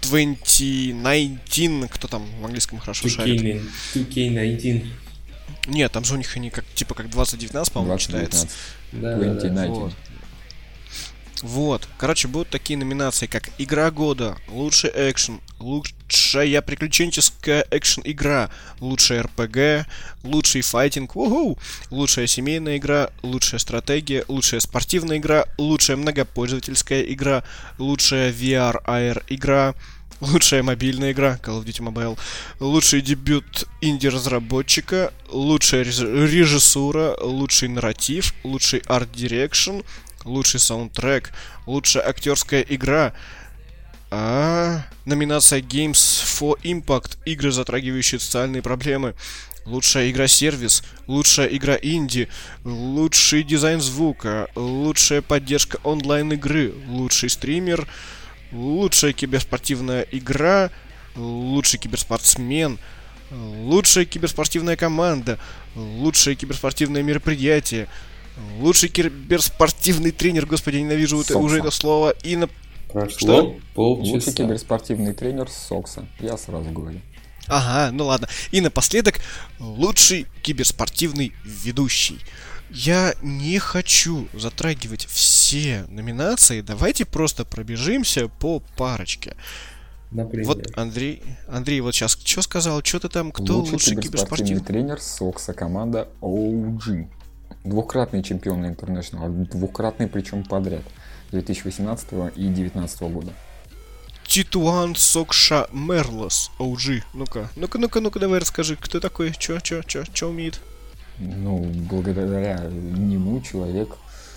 2019, кто там в английском хорошо шарит. 2K19. Нет, там же у них они как, типа как 2019, по-моему, читается. Да, 2019. Вот. Короче, будут такие номинации, как Игра года, Лучший экшен, Лучшая приключенческая экшен-игра, Лучшая РПГ, Лучший файтинг, Лучшая семейная игра, Лучшая стратегия, Лучшая спортивная игра, Лучшая многопользовательская игра, Лучшая VR-AR игра, Лучшая мобильная игра, Call of Duty Mobile, Лучший дебют инди-разработчика, Лучшая режиссура, Лучший нарратив, Лучший арт-дирекшн, Лучший саундтрек, Лучшая актерская игра, номинация Games for Impact, игры, затрагивающие социальные проблемы, Лучшая игра-сервис, Лучшая игра инди, Лучший дизайн звука, Лучшая поддержка онлайн-игры, Лучший стример, Лучшая киберспортивная игра, Лучший киберспортсмен, Лучшая киберспортивная команда, Лучшее киберспортивное мероприятие, Лучший киберспортивный тренер, господи, я ненавижу уже это слово. И на... Прошло полчаса. Лучший киберспортивный тренер Сокса, я сразу говорю. Ага, ну ладно. И напоследок, лучший киберспортивный ведущий. Я не хочу затрагивать все номинации, давайте просто пробежимся по парочке. Например. Вот Андрей вот сейчас что сказал, что ты там, кто лучший киберспортивный тренер Сокса, команда OG. Двукратный чемпион International, двукратный причем подряд, 2018 и 2019 года. Титуан Сокша Мерлос, OG. Ну-ка, давай расскажи, кто такой, чё умеет? Ну, благодаря нему человек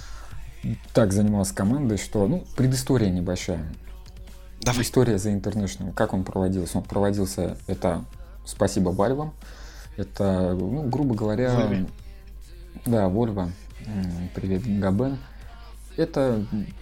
так занимался командой, что, предыстория небольшая. Давай. История The International. Как он проводился? Он проводился, это спасибо Valve. Это, грубо говоря... Volvo. Да, Volvo. Привет, Габен. Это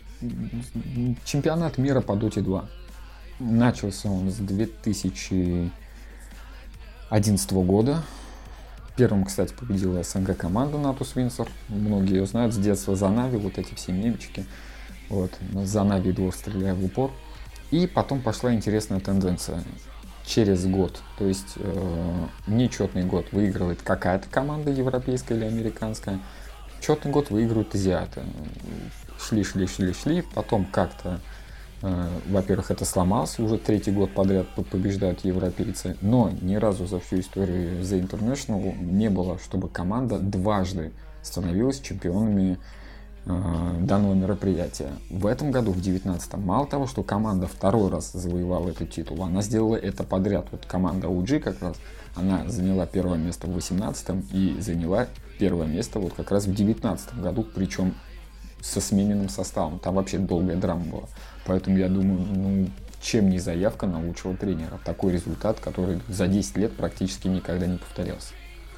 чемпионат мира по Dota 2. Начался он с 2011 года. Первым, кстати, победила СНГ команда Натус Винсор. Многие ее знают с детства за Нави, вот эти все мемчики. Вот, за Нави 2 стреляя в упор. И потом пошла интересная тенденция. Через год, то есть нечетный год выигрывает какая-то команда европейская или американская. Четный год выигрывают азиаты. Шли. Потом как-то, во-первых, это сломалось. Уже третий год подряд побеждают европейцы. Но ни разу за всю историю The International не было, чтобы команда дважды становилась чемпионами данного мероприятия. В этом году, в 19-м, мало того, что команда второй раз завоевала этот титул, она сделала это подряд. Вот команда OG как раз, она заняла первое место в 18-м и заняла первое место вот как раз в 19-м году, причем со смененным составом. Там вообще долгая драма была. Поэтому я думаю, чем не заявка на лучшего тренера. Такой результат, который за 10 лет практически никогда не повторялся.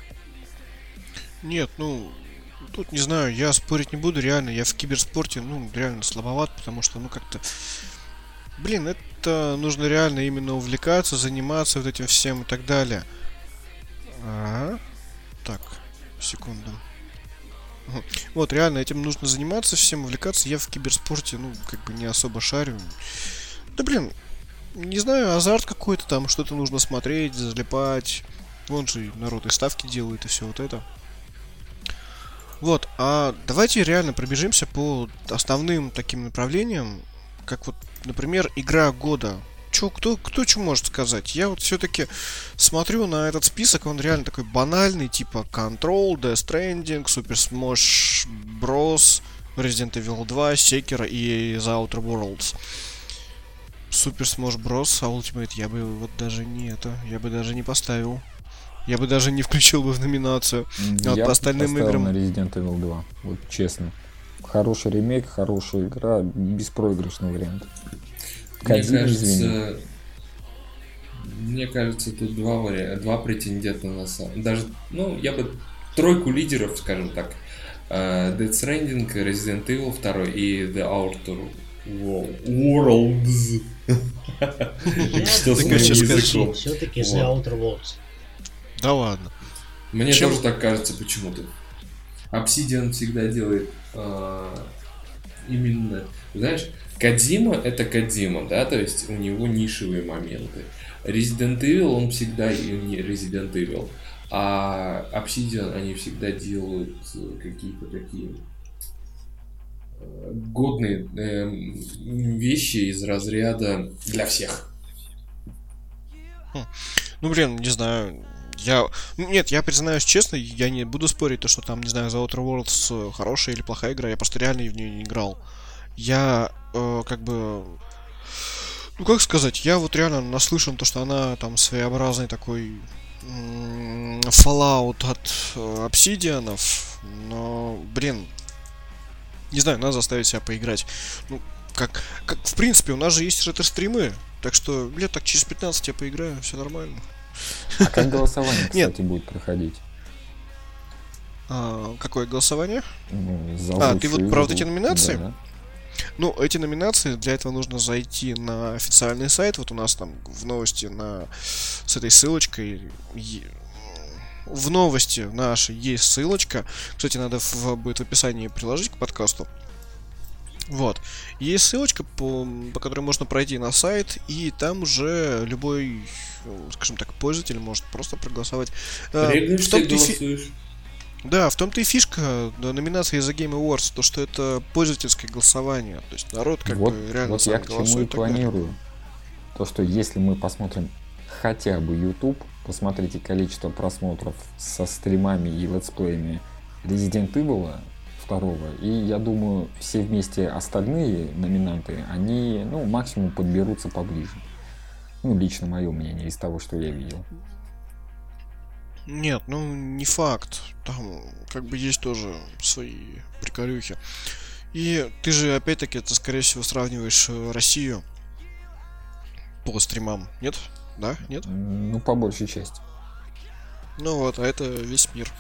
Нет, тут не знаю, я спорить не буду, реально, я в киберспорте, реально слабоват, потому что, как-то, это нужно реально именно увлекаться, заниматься вот этим всем и так далее. Так, секунду. Вот, реально, этим нужно заниматься, всем увлекаться, я в киберспорте, не особо шарю. Да, не знаю, азарт какой-то там, что-то нужно смотреть, залипать, вон же народ и ставки делает, и все вот это. Вот, а давайте реально пробежимся по основным таким направлениям, как вот, например, игра года. Кто что может сказать? Я вот все-таки смотрю на этот список, он реально такой банальный, типа Control, Death Stranding, Super Smash Bros, Resident Evil 2, Sekiro и The Outer Worlds. Super Smash Bros Ultimate я бы вот даже я бы даже не поставил. Я бы даже не включил бы в номинацию. Я по остальным играм на Resident Evil 2, вот честно. Хороший ремейк, хорошая игра, беспроигрышный вариант. Мне кажется, тут два претендента на самом. Даже, я бы тройку лидеров, скажем так. Death Stranding, Resident Evil 2 и The Outer Worlds. Что с моим языком? Все-таки The Outer Worlds. Да ладно. Мне тоже так кажется почему-то. Obsidian всегда делает именно... Знаешь, Кодзима это Кодзима, да, то есть у него нишевые моменты. Resident Evil, он всегда не Resident Evil. А Obsidian, они всегда делают какие-то такие годные вещи из разряда для всех. Не знаю. Я признаюсь честно, я не буду спорить, что там, не знаю, The Outer Worlds хорошая или плохая игра, я просто реально в нее не играл. Я, как сказать, я вот реально наслышан то, что она там своеобразный такой Fallout от Obsidian'ов, но, не знаю, надо заставить себя поиграть. Как в принципе, у нас же есть ретро-стримы, так что лет так через 15 я поиграю, все нормально. А как голосование, кстати, будет проходить? Какое голосование? Ты вот про вот эти номинации? Да. Эти номинации, для этого нужно зайти на официальный сайт. Вот у нас там в новости с этой ссылочкой. В новости нашей есть ссылочка. Кстати, надо будет в описании приложить к подкасту. Вот. Есть ссылочка, по которой можно пройти на сайт, и там уже любой, скажем так, пользователь может просто проголосовать. Да, в том-то и фишка номинации The Game Awards, то что это пользовательское голосование. То есть народ реально сам голосует. Вот я к чему и планирую. То, что если мы посмотрим хотя бы YouTube, посмотрите количество просмотров со стримами и летсплеями Resident Evil 2, и я думаю, все вместе остальные номинанты, они, максимум подберутся поближе. Лично мое мнение из того, что я видел. Нет, не факт. Там есть тоже свои приколюхи. И ты же, опять-таки, это, скорее всего, сравниваешь Россию по стримам, нет? Да? Нет? По большей части. А это весь мир.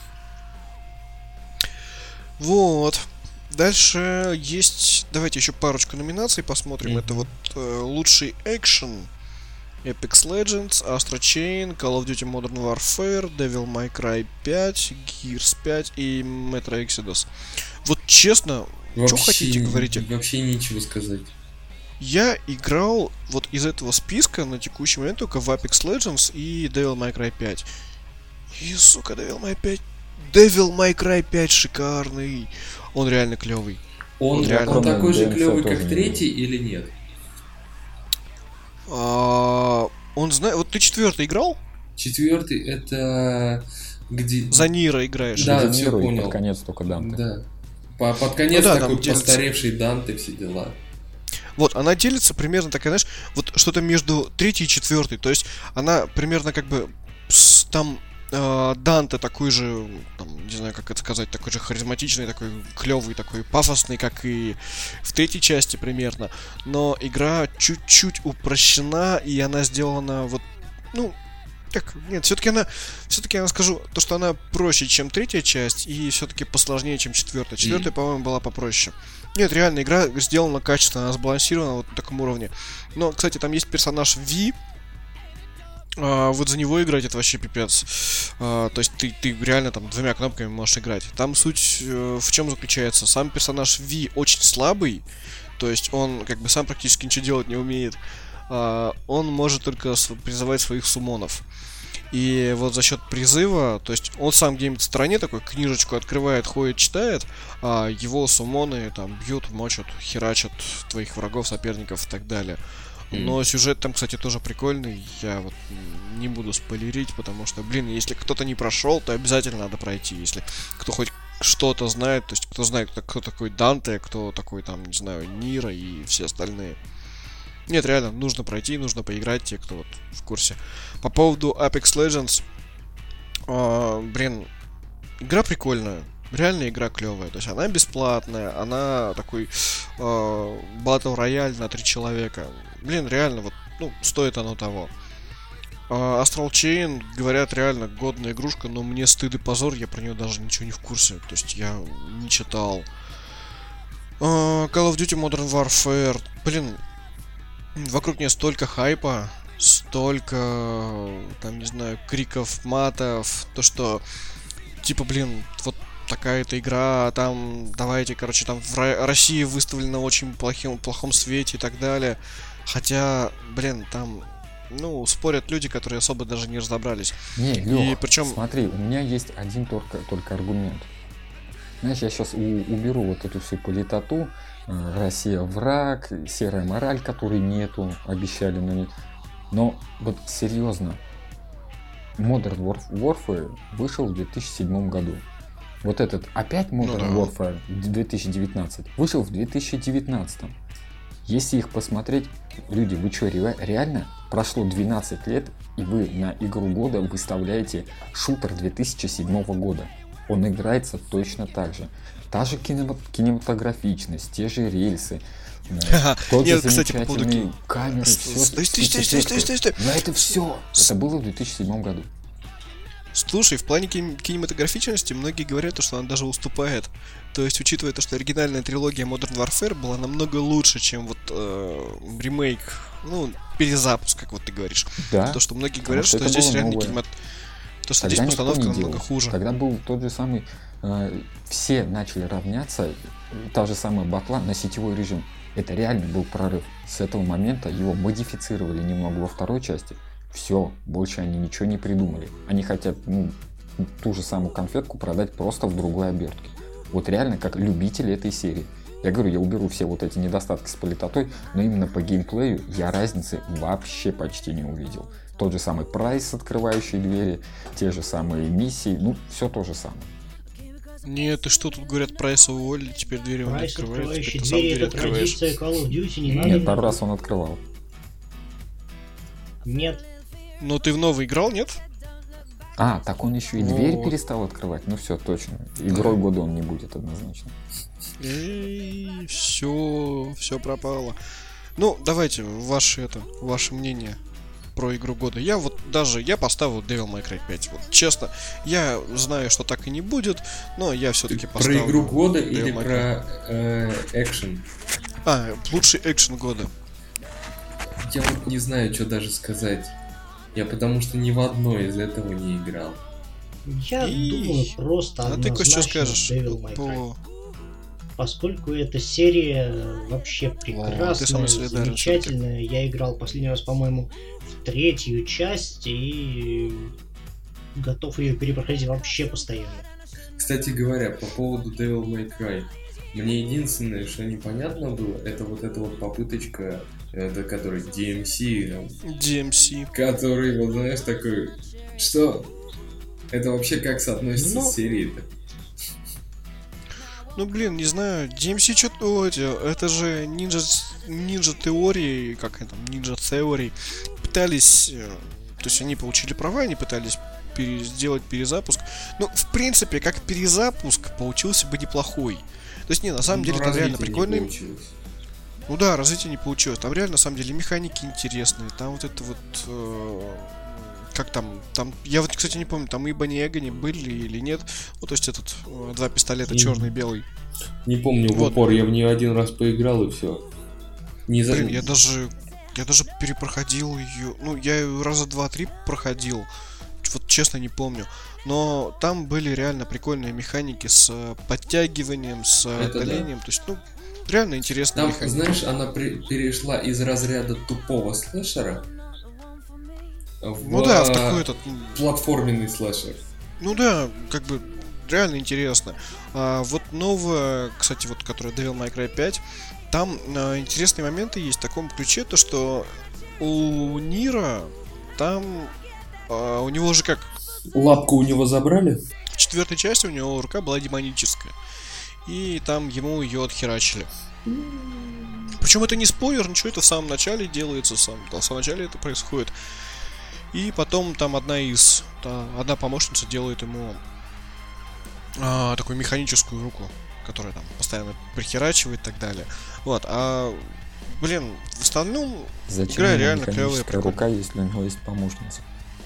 Вот. Дальше есть... Давайте еще парочку номинаций посмотрим. Это вот лучший экшен, Apex Legends, Astro Chain, Call of Duty Modern Warfare, Devil May Cry 5, Gears 5 и Metro Exodus. Вот честно, что хотите, говорите? Вообще нечего сказать. Я играл вот из этого списка на текущий момент только в Apex Legends и Devil May Cry 5. И, сука, Devil May Cry 5 шикарный. Он реально клевый. Он реально такой же DMC клевый, тоже как не третий, или нет? Он знает... Вот ты 4-й играл? 4-й это где... За Нира играешь. Да, За всё Ниру и понял. под конец только Данте. Да. Под конец Ну да, такой там делится. постаревший Данте, все дела. Вот, она делится примерно такая, знаешь, вот что-то между 3-й и 4-й. То есть она примерно как бы там Данте такой же, там, не знаю, как это сказать, такой же харизматичный, такой клевый, такой пафосный, как и в 3-й части примерно. Но игра чуть-чуть упрощена, и она сделана вот, ну, как, нет, все-таки она, скажу, то, что она проще, чем 3-я часть, и все-таки посложнее, чем 4-я. 4-я, по-моему, была попроще. Нет, реально, игра сделана качественно, она сбалансирована вот на таком уровне. Но, кстати, там есть персонаж Ви. Вот за него играть это вообще пипец. То есть ты реально там 2 кнопками можешь играть. Там суть в чем заключается? Сам персонаж Ви очень слабый. То есть он как бы сам практически ничего делать не умеет. Он может только призывать своих суммонов. И вот за счет призыва, то есть он сам где-нибудь в стороне такой книжечку открывает, ходит, читает, а его суммоны там бьют, мочат, херачат твоих врагов, соперников и так далее. Но сюжет там, кстати, тоже прикольный. Я вот не буду спойлерить, потому что, блин, если кто-то не прошел, то обязательно надо пройти. Если кто хоть что-то знает, то есть кто знает, кто такой Данте, кто такой там, не знаю, Нира и все остальные. Нет, реально, нужно пройти, нужно поиграть, те, кто вот в курсе. По поводу Apex Legends, блин, игра прикольная. Реально игра клевая. То есть она бесплатная, она такой батл рояль на 3 человека. Блин, реально, вот, ну, стоит оно того. Astral Chain, говорят, реально годная игрушка, но мне стыд и позор, я про нее даже ничего не в курсе. То есть я не читал. Call of Duty Modern Warfare, блин, вокруг нее столько хайпа, столько, там, не знаю, криков, матов, то что, типа, блин, вот такая-то игра, там, давайте, короче, там в России выставлена в очень плохом свете и так далее. Хотя, блин, там, ну, спорят люди, которые особо даже не разобрались. Не, Лёх, и причем... смотри, у меня есть один только аргумент. Знаешь, я сейчас уберу вот эту всю политоту, Россия враг, серая мораль, которой нету, обещали, но нет. Но вот серьезно, Modern Warfare вышел в 2007 году. Вот этот опять Modern Warfare 2019 вышел в 2019. Если их посмотреть, люди, вы что, реально? Прошло 12 лет, и вы на игру года выставляете шутер 2007 года. Он играется точно так же. Та же кинематографичность, те же рельсы, тот же замечательный камеры, все. Стой. Но это все. Это было в 2007 году. Слушай, в плане кинематографичности многие говорят, что она даже уступает. То есть, учитывая то, что оригинальная трилогия Modern Warfare была намного лучше, чем вот ремейк, ну, перезапуск, как вот ты говоришь. Да. То, что многие говорят, что здесь реально то, что здесь постановка намного хуже. Когда был тот же самый... все начали равняться, та же самая батла на сетевой режим. Это реально был прорыв. С этого момента его модифицировали немного во второй части. Все, больше они ничего не придумали. Они хотят ту же самую конфетку продать просто в другой обертке. Вот реально как любители этой серии. Я говорю, я уберу все вот эти недостатки с политотой, но именно по геймплею я разницы вообще почти не увидел. Тот же самый прайс с открывающей двери, те же самые миссии, ну, все то же самое. Нет, ты что, тут говорят, прайс уволили, теперь двери он не открывает. Открывающие двери, это традиция Call of Duty, не надо. Нет, пару раз он открывал. Нет. Но ты в новый играл, нет? А, так он еще и дверь перестал открывать. Ну все, точно. Игрой года он не будет однозначно. Все пропало. Ну, давайте, ваше мнение про игру года. Я поставил Devil May Cry 5. Вот, честно, я знаю, что так и не будет, но я все-таки поставил. Про игру года или про экшен? Лучший экшен года. Я вот не знаю, что даже сказать. Я потому что ни в одной из этого не играл. Я думаю, просто А ты что однозначно скажешь Devil May Cry. по... Поскольку эта серия вообще ты со прекрасная, мной солидарен, замечательная. Я играл последний раз, по-моему, в 3-ю часть и готов ее перепроходить вообще постоянно. Кстати говоря, по поводу Devil May Cry. Мне единственное, что непонятно было, это вот эта вот попыточка, это который DMC, DMC. который, вот знаешь, такой, что? Это вообще как соотносится Ну, с серией-то? Ну, блин, не знаю, DMC что-то... Это же Ninja Theory, как это, Ninja Theory, пытались... То есть они получили права, они пытались сделать перезапуск. Ну, в принципе, как перезапуск получился бы неплохой. То есть, не, на самом деле, там реально прикольный... Ну да, развитие не получилось. Там реально, на самом деле, механики интересные. Там вот это вот... как там? Я вот, кстати, не помню, там Ибани Эгони были или нет. Ну, то есть этот, два пистолета, черный и белый. Не помню в Вот. упор, я в нее один раз поиграл и все. Блин, я даже перепроходил ее. Ну, я ее раза 2-3 проходил. Вот честно не помню. Но там были реально прикольные механики с подтягиванием, с Это удалением. То есть, ну, реально интересная Там, механика. знаешь, она перешла из разряда тупого слэшера Ну да, в такой этот... платформенный слэшер. Ну да, как бы реально интересно. А вот новая, кстати, вот которая Devil May Cry 5, там интересные моменты есть в таком ключе, то что у Нира там у него же как Лапку у него забрали? в 4-й части у него рука была демоническая. И там ему ее отхерачили. Причем это не спойлер, ничего, это в самом начале делается, в самом начале это происходит. И потом там одна помощница делает ему такую механическую руку, которая там постоянно прихерачивает и так далее. Вот, блин, в остальном Зачем игра ему реально клевая, механическая рука, если у него есть помощница?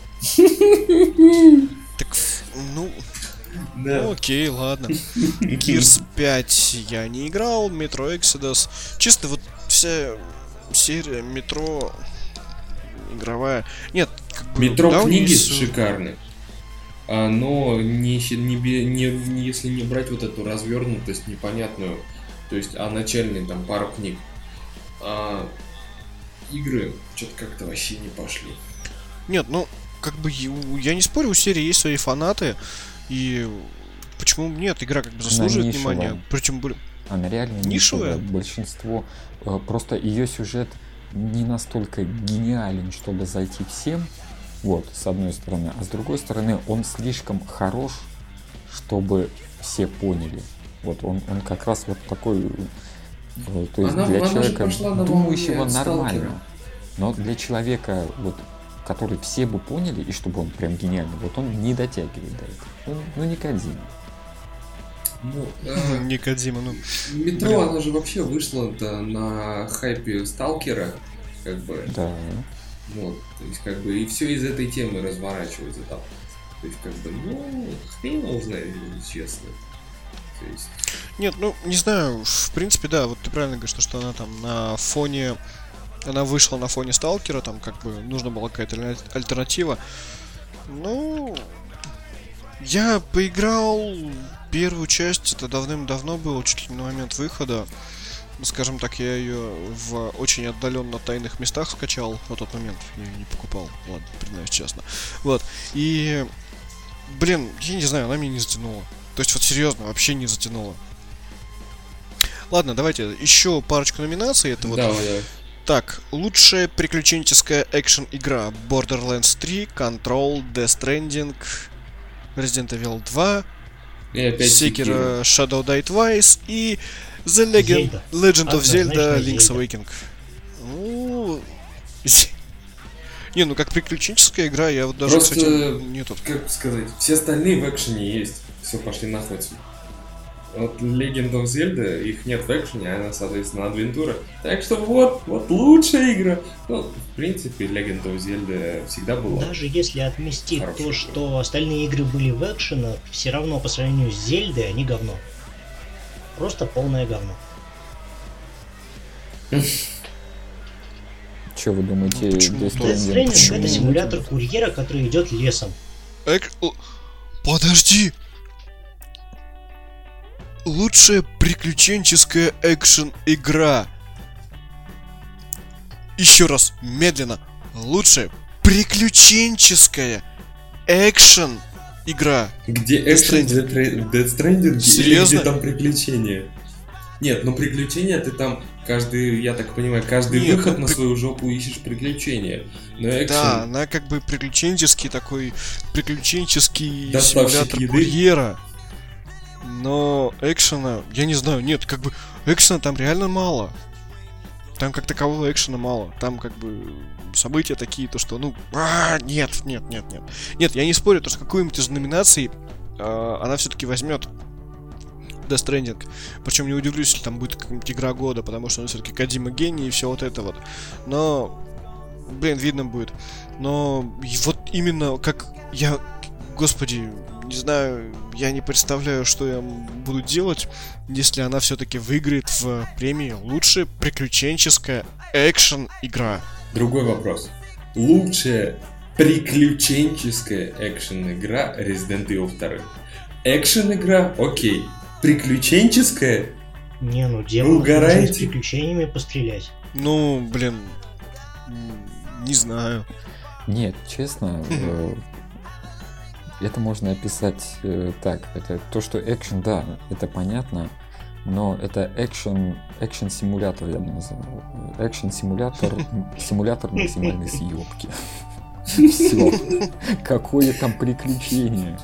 Так, ну, Да. окей, ладно. Gears 5 я не играл, Metro Exodus. Чисто вот вся серия Метро игровая. Нет, как бы... Метро да, у нее книги есть- шикарны. Но если не брать вот эту развернутость непонятную, то есть начальные там пару книг, игры что-то как-то вообще не пошли. Нет, ну, как бы я не спорю, у серии есть свои фанаты, и почему нет, игра как бы заслуживает нишевая. внимания. Причем, Она реально Нишевая? нишевая. Большинство... Просто ее сюжет не настолько гениален, чтобы зайти всем. Вот, с одной стороны. А с другой стороны, он слишком хорош, чтобы все поняли. Вот, он как раз вот такой... То есть Она для же человека, пошла на думающего, волне нормально. Сталкера. Но для человека, вот, который все бы поняли, и чтобы он прям гениальный, вот он не дотягивает до этого. Ну, не Кодзима. Ну, не Кодзима, ну. Метро, Блин. она же вообще вышла-то на хайпе Сталкера, как бы. Да. Вот, то есть, как бы, и все из этой темы разворачивается там. То есть, как бы, ну, хрен его знает, если честно. То есть... Нет, ну, не знаю, в принципе, да, вот ты правильно говоришь, что она там на фоне... Она вышла на фоне Сталкера, там как бы нужна была какая-то альтернатива. Ну, я поиграл первую часть, это давным-давно было, чуть ли не на момент выхода. Скажем так, я ее в очень отдаленно тайных местах скачал на тот момент. Я ее не покупал, ладно, признаюсь честно. Вот, и... Блин, я не знаю, она меня не затянула. То есть, вот серьезно, вообще не затянула. Ладно, давайте еще парочку номинаций. Это вот... Давай. Так, лучшая приключенческая экшен-игра: Borderlands 3, Control, Death Stranding, Resident Evil 2, И опять Sekiro Shadow Die Twice и The Legend of Zelda Однозначно Link's Зельда. Awakening. Ну... Не, ну как приключенческая игра, я вот даже, Просто, кстати, нету. как сказать, все остальные в экшене есть. Все, пошли нахуй отсюда. Вот Legend of Zelda, их нет в экшене, а она, соответственно, адвентура. Так что вот лучшая игра. Ну, в принципе, Legend of Zelda всегда была. Даже если отместить Хорошая то, игра. что остальные игры были в экшенах, все равно по сравнению с Зельдой они говно. Просто полное говно. Что вы думаете, Ну, почему? Death Death Stranding? Stranding это симулятор курьера, который идет лесом. Подожди! Лучшая приключенческая экшен-игра. Еще раз, медленно. Лучшая приключенческая экшен-игра. Где Death экшен, Stranding. Death Stranding, Серьезно? или где там приключения? Нет, ну приключения ты там каждый, я так понимаю, каждый Нет, выход ну, на свою жопу ищешь приключения. Но экшен... Да, она как бы приключенческий такой, приключенческий Доставщик симулятор еды. курьера. Но экшена, я не знаю, нет, как бы экшена там реально мало. Там как такового экшена мало. Там как бы события такие, то что, ну, нет. Нет, я не спорю, то что какую-нибудь из номинаций она все-таки возьмет Death Stranding. Причем не удивлюсь, если там будет какая-нибудь игра года, потому что он все-таки Кодзима гений и все вот это вот. Но, блин, видно будет. Но и вот именно как я, господи, не знаю, я не представляю, что я буду делать, если она все-таки выиграет в премии лучшая приключенческая экшен-игра. Другой вопрос. Лучшая приключенческая экшен-игра Resident Evil 2. Экшен-игра, окей. Приключенческая? Не, ну Вы демон можно угораете? с приключениями пострелять. Ну, блин, не знаю. Нет, честно, это можно описать так. Это то, что экшен, да, это понятно, но это экшен-симулятор, я бы назвал. Экшен-симулятор, симулятор максимальной съебки. Все. Какое там приключение?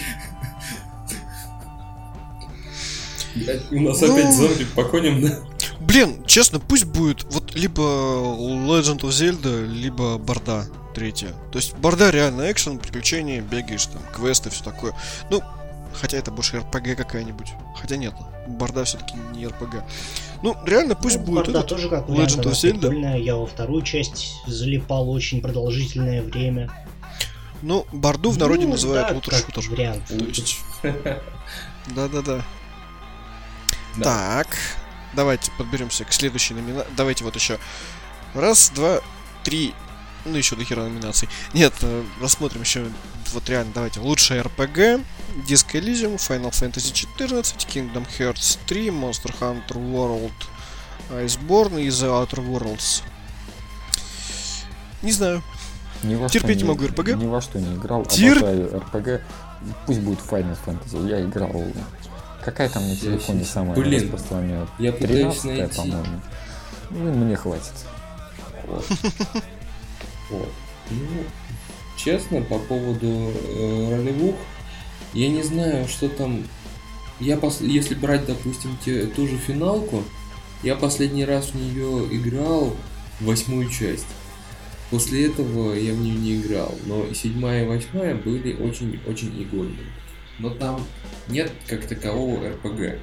У нас опять зомби по коням, да? Блин, честно, пусть будет вот либо Legend of Zelda, либо Борда третья. То есть Борда реально экшен, приключения, бегаешь там, квесты, все такое. Ну, хотя это больше RPG какая-нибудь. Хотя нет, Борда все-таки не RPG. Ну, реально, пусть будет Борда этот тоже как вариант, Legend она of Zelda. прикольная. Я во вторую часть залипал очень продолжительное время. Ну, Борду в народе Ну, называют да, лутер-шутер. как вариант. То есть... Да-да-да. Да. Так, давайте подберемся к следующей номинации. Давайте вот еще. Раз, два, три. Ну, еще до хера номинаций. Нет, рассмотрим еще. Вот реально, давайте. Лучшая RPG, Disco Elysium, Final Fantasy 14, Kingdom Hearts 3, Monster Hunter World, Iceborne и The Outer Worlds. Не знаю. Ни во что Терпеть не могу RPG. Ни во что не играл. Тир- Обожаю RPG. Пусть будет Final Fantasy. Я играл. Какая там на телефоне сейчас- самая Блин, распространенная? я пытаюсь 13-я, найти. по-моему. Ну, мне хватит. Вот. Вот. Ну, честно, по поводу ролевух, я не знаю, что там... Если брать, допустим, ту же финалку, я последний раз в нее играл 8-ю часть. После этого я в нее не играл, но 7-я и 8-я были очень-очень игольными. Но там нет как такового RPG.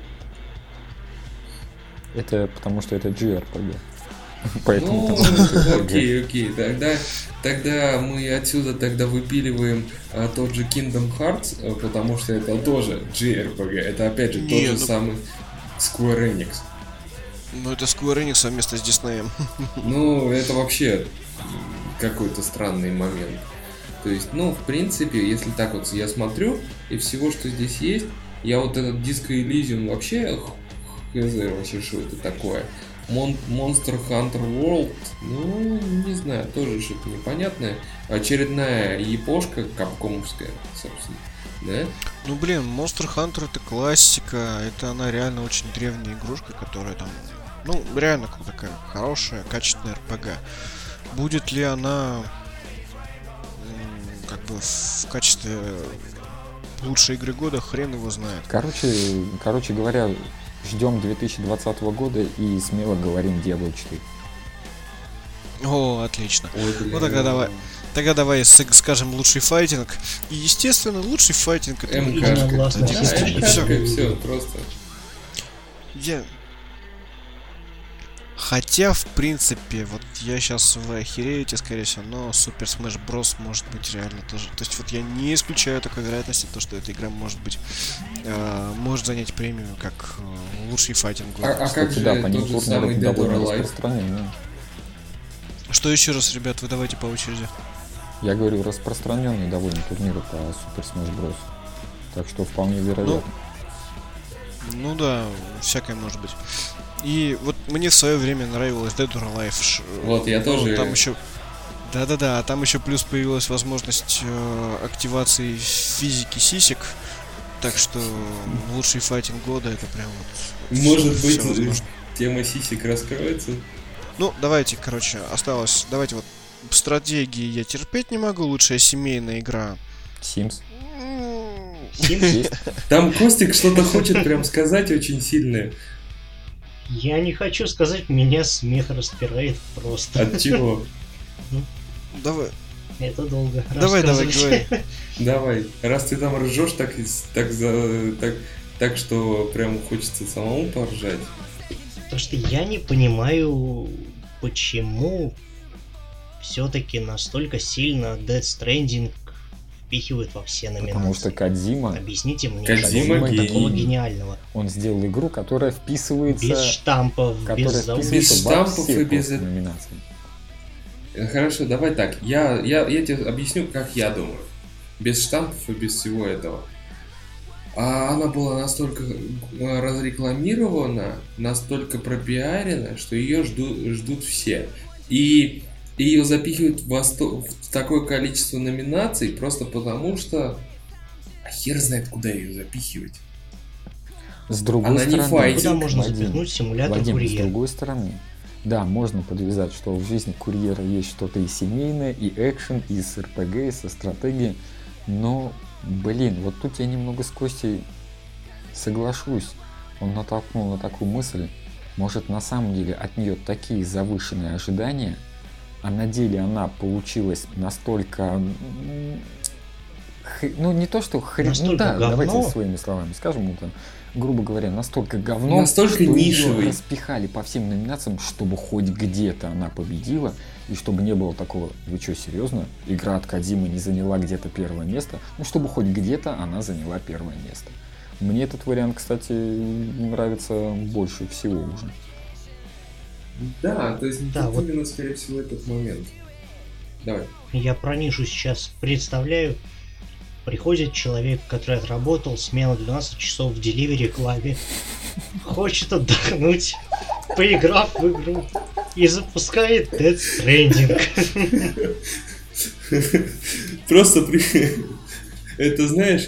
Это потому что это JRPG. Поэтому Ну, там нет RPG. окей, тогда мы отсюда выпиливаем тот же Kingdom Hearts, потому что это тоже JRPG, это опять же Не, тот же ну- самый Square Enix. Ну, это Square Enix совместно с Disney. Ну, это вообще какой-то странный момент. То есть, ну, в принципе, если так вот я смотрю, и всего, что здесь есть, я вот этот Disco Elysium вообще хз вообще, что это такое. Monster Hunter World, ну, не знаю, тоже что-то непонятное. Очередная япошка капкомовская, собственно, да? Ну, блин, Monster Hunter это классика. Это она реально очень древняя игрушка, которая там... Ну, реально такая хорошая, качественная RPG. Будет ли она как бы в качестве лучшей игры года, хрен его знает. Короче говоря, ждем 2020 года и смело говорим Diablo 4. О, отлично. Ой, блин. Ну тогда давай скажем лучший файтинг. И естественно, лучший файтинг это МКшка. Единогласно. Все, просто. Хотя, в принципе, вот я сейчас вы охереете, скорее всего, но Super Smash Bros. Может быть реально тоже. То есть вот я не исключаю такой вероятности, то, что эта игра может быть может занять премию как лучший файтинг года. А как Кстати, же да, по тот же Никурну самый Dead or довольно Alive? распространен. Что еще раз, ребят, вы давайте по очереди. Я говорю, распространенный довольно турнир по Super Smash Bros. Так что вполне вероятно. Ну да, всякое может быть. И вот мне в свое время нравилось Dead or Alive. Вот, я тоже... Там еще... Да-да-да, там еще плюс появилась возможность активации физики сисек. Так что лучший файтинг года это прям вот... Может всё быть, возможно. тема сисек раскроется? Ну, давайте, короче, осталось... Давайте вот стратегии я терпеть не могу. Лучшая семейная игра. Sims. Sims? Там Костик что-то хочет прям сказать очень сильное. Я не хочу сказать, меня смех распирает просто. От чего? Давай, Это долго. давай, рассказывать. говори. Давай, раз ты там ржешь так, что прям хочется самому поржать. Потому что я не понимаю, почему все-таки настолько сильно Death Stranding впихивают во все номинации. Потому что Кодзима, Объясните мне, Кодзима что такого гений. гениального. он сделал игру, которая вписывается... Без штампов, без которая заумных. Без вписывается во штампов все и без просто номинации. Хорошо, давай так. Я тебе объясню, как я думаю. Без штампов и без всего этого. А она была настолько разрекламирована, настолько пропиарена, что ее ждут все. И ее запихивают в такое количество номинаций просто потому, что хер знает, куда ее запихивать. С другой Она не стороны, файтинг. Куда можно Вадим, запихнуть симулятор Вадим, с курьера? другой стороны, да, можно подвязать, что в жизни курьера есть что-то и семейное, и экшен, и с РПГ, и со стратегией, но, блин, вот тут я немного с Костей соглашусь. Он натолкнул на такую мысль, может, на самом деле от нее такие завышенные ожидания, а на деле она получилась настолько... Ну, не то, что хрень... Ну Настолько да, говно? давайте своими словами скажем, это, грубо говоря, настолько говно, Настолько что её нишевый. распихали по всем номинациям, чтобы хоть где-то она победила, и чтобы не было такого, вы что, серьезно? Игра от Кодзимы не заняла где-то первое место? Ну, чтобы хоть где-то она заняла первое место. Мне этот вариант, кстати, нравится больше всего уже. Да, то есть Да, вот. именно, скорее всего, этот момент. Давай. Я про нишу сейчас представляю. Приходит человек, который отработал смену 12 часов в Delivery Club, хочет отдохнуть, поиграв в игру, и запускает Death Stranding. Просто это, знаешь,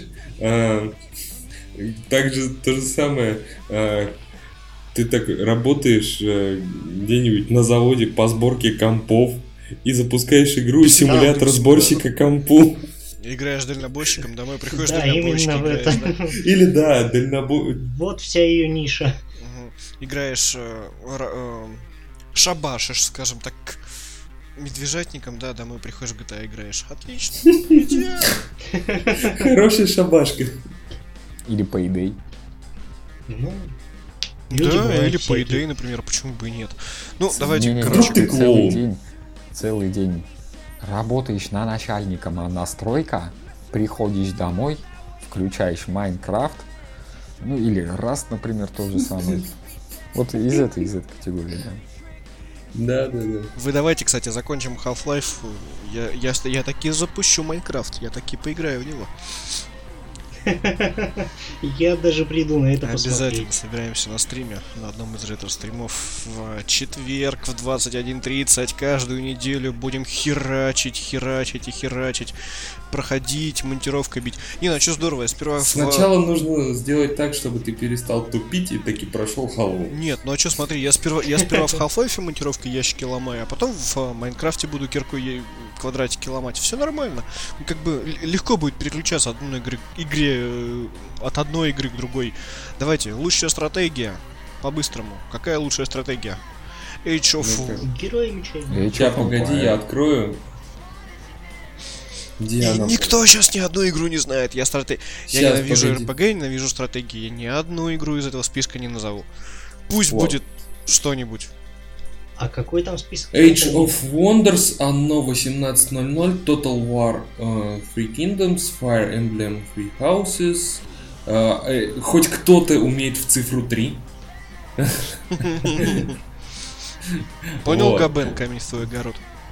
также то же самое. Ты так работаешь где-нибудь на заводе по сборке компов и запускаешь игру и симулятор сборщика компу. Играешь дальнобойщиком, домой приходишь, Да, дальнобойщик именно в играешь, это. да? Или да, дальнобой. Вот вся ее ниша. Мгм. Играешь, шабашишь, скажем так, медвежатником, да, домой приходишь, в GTA играешь. Отлично, идеально. Хорошая шабашка. Или Payday. Ну, люди Да, бывают или по всякие. идее, например, почему бы и нет. Ну, давайте, Не-не-не, короче, ты клоун. целый день работаешь на начальником, а настройка, приходишь домой, включаешь Майнкрафт, ну или Rust, например, тот же самый. Вот из этой категории, да. Да. вы давайте, кстати, закончим Half-Life. Я таки запущу Майнкрафт, я таки поиграю в него. Я даже приду на это Обязательно посмотреть. собираемся на стриме, на одном из ретро-стримов в четверг в 21:30. Каждую неделю будем херачить, проходить, монтировкой бить. Не, ну что здорово, я сперва... Сначала нужно сделать так, чтобы ты перестал тупить и таки прошел халву. Нет, ну а что, смотри, я сперва в Half-Life монтировкой ящики ломаю, а потом в Майнкрафте буду киркой квадратики ломать. Все нормально. Как бы легко будет переключаться от одной игры к другой. Давайте, лучшая стратегия. По-быстрому. Какая лучшая стратегия? Age of... Ну-ка. Герои мечей. Сейчас, погоди, я открою. Где И она? никто сейчас ни одну игру не знает. Я Щас, ненавижу погоди. РПГ, ненавижу стратегии. Я ни одну игру из этого списка не назову. Пусть Вот. будет что-нибудь. А какой там список? Age of Wonders, Anno 1800, Total War, Three Kingdoms, Fire Emblem, Three Houses. Хоть кто-то умеет в цифру 3. Понял, Вот. Габен, камень в свой огород.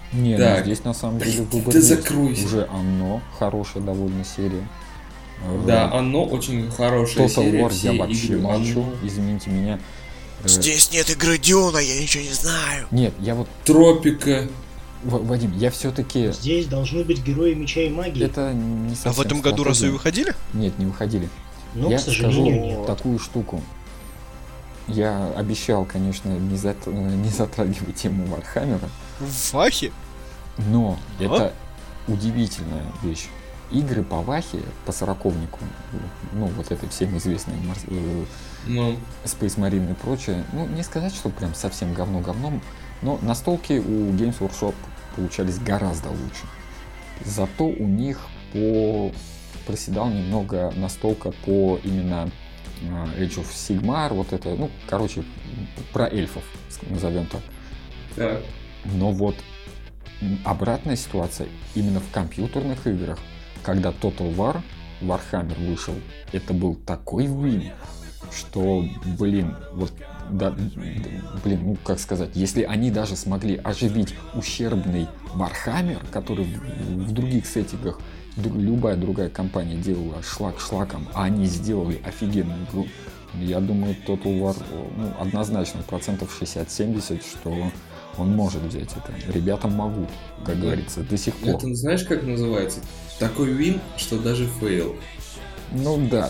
Не, ну Так. здесь на самом деле выбор Ты есть. закройся. Уже оно, хорошая довольно серия. Да, оно очень хорошая Total серия. War Все я вообще игры молчу, «Оно». извините меня. Здесь нет игры Дюна, я ничего не знаю. Нет, я вот, Тропика. Вадим, я все-таки... Здесь должны быть герои меча и магии. Это не совсем А в этом году стратегия. разве выходили? Нет, не выходили. Но, Я к сожалению, скажу нет. такую штуку. Я обещал, конечно, не затрагивать тему Вархаммера, В Вахе? но это удивительная вещь. Игры по Вахе, по сороковнику, ну вот этой всем известной Ну, Space Marine и прочее, ну не сказать, что прям совсем говно-говном, но настолки у Games Workshop получались гораздо лучше. Зато у них проседал немного настолка по именно Age of Sigmar, вот это, ну, короче, про эльфов, назовем так. так. Но вот обратная ситуация именно в компьютерных играх, когда Total War, Warhammer вышел, это был такой win, что, блин, вот, да, блин, ну, как сказать, если они даже смогли оживить ущербный Warhammer, который в других сеттингах любая другая компания делала шлак шлаком, а они сделали офигенную игру, я думаю, Total War, ну, однозначно, 60-70%, что он может взять это. Ребята могут, как говорится, до сих пор. Это знаешь, как называется? Такой вин, что даже фейл. Ну да.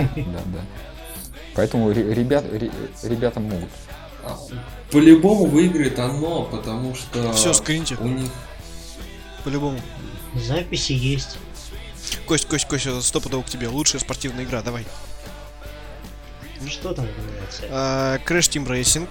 Поэтому ребята могут. По-любому выиграет оно, потому что Все, скриньте. у них... По-любому. Записи есть. Кость, это стопудово к тебе. Лучшая спортивная игра, давай. Ну что там называется? Crash Team Racing,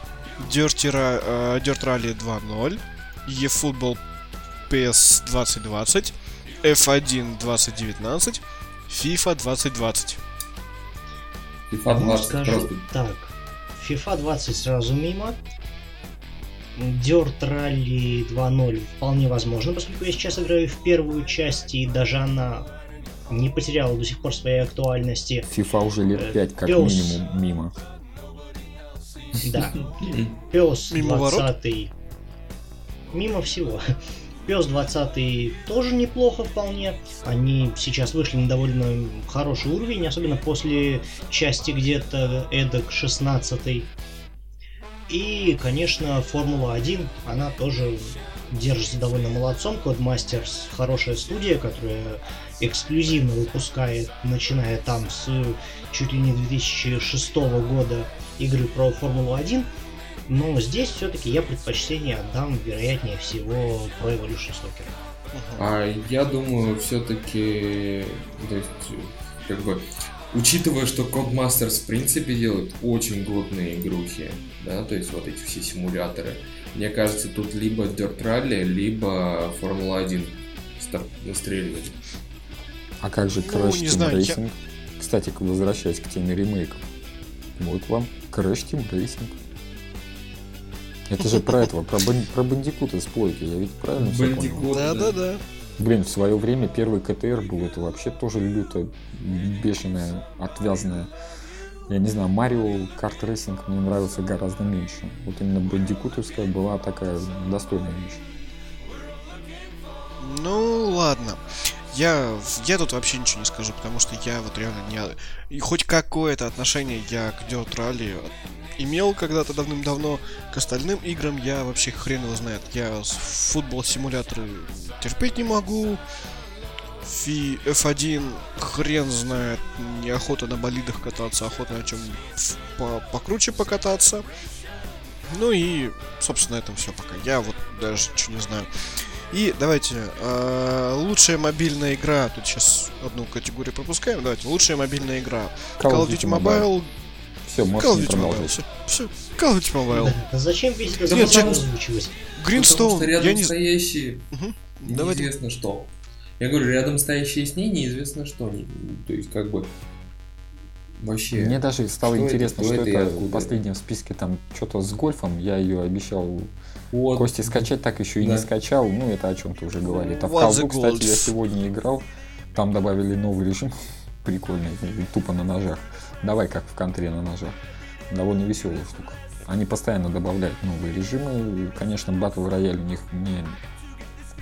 Dirt Rally 2.0, eFootball PS 2020, F1 2019, FIFA 2020. FIFA Ну, 20 скажу просто... так. FIFA 20 сразу мимо. Dirt Rally 2.0 вполне возможно, поскольку я сейчас играю в первую часть, и даже она не потеряла до сих пор своей актуальности. FIFA уже лет 5 как Пёс. минимум мимо. Да. Пес Мимо ворот? 20. Мимо всего. Пес 20 тоже неплохо вполне. Они сейчас вышли на довольно хороший уровень, особенно после части где-то эдак 16. И, конечно, Формула-1, она тоже держится довольно молодцом. Codemasters хорошая студия, которая эксклюзивно выпускает, начиная там с чуть ли не 2006 года игры про Формулу-1. Но здесь все-таки я предпочтение отдам, вероятнее всего, про Evolution Soccer. А я думаю, все-таки, то есть, как бы, учитывая, что Codemasters в принципе делают очень годные игрухи, да, то есть вот эти все симуляторы, мне кажется, тут либо Dirt Rally, либо Формула-1 настреливать. А как же Ну, Crash не Team знаю, Racing? Кстати, возвращаясь к теме ремейков. Вот вам Crash Team Racing. Это же про этого, про Бандикута спорите, я ведь правильно все понял? Бандикут, да. Да. Блин, в свое время первый КТР был, это вообще тоже люто бешеная, отвязная. Я не знаю, Марио Карт Рейсинг мне нравился гораздо меньше. Вот именно Бандикутовская была такая достойная вещь. Ну, ладно. Я тут вообще ничего не скажу, потому что я вот реально не... И хоть какое-то отношение я к Dirt Rally имел когда-то давным-давно, к остальным играм я вообще хрен его знает. Я футбол-симуляторы терпеть не могу. F1 хрен знает. Неохота на болидах кататься, охота на чем покруче покататься. Ну и, собственно, на этом все пока. Я вот даже ничего не знаю. И давайте, лучшая мобильная игра. Тут сейчас одну категорию пропускаем. Давайте, лучшая мобильная игра. Call of Duty Mobile. Все, Call можешь of не Duty Mobile. продолжать. Все. Call of Duty Mobile. А зачем весь этот Нет, звук чё- озвучивать? Потому Greenstone. что рядом Я не... стоящие Давайте. неизвестно что. Я говорю, рядом стоящие с ней неизвестно что. То есть, как бы, вообще... Мне даже стало Что интересно, это, что кто это и это откуда в последнем списке там что-то с гольфом. Я ее обещал Вот. Кости скачать, так еще и Да. не скачал. Ну, это о чем-то уже говорит. А в What the Колду, кстати, я golf? сегодня играл. Там добавили новый режим. Прикольный, тупо на ножах. Давай как в контре на ножах. Довольно веселая штука. Они постоянно добавляют новые режимы. Конечно, Battle Royale у них мне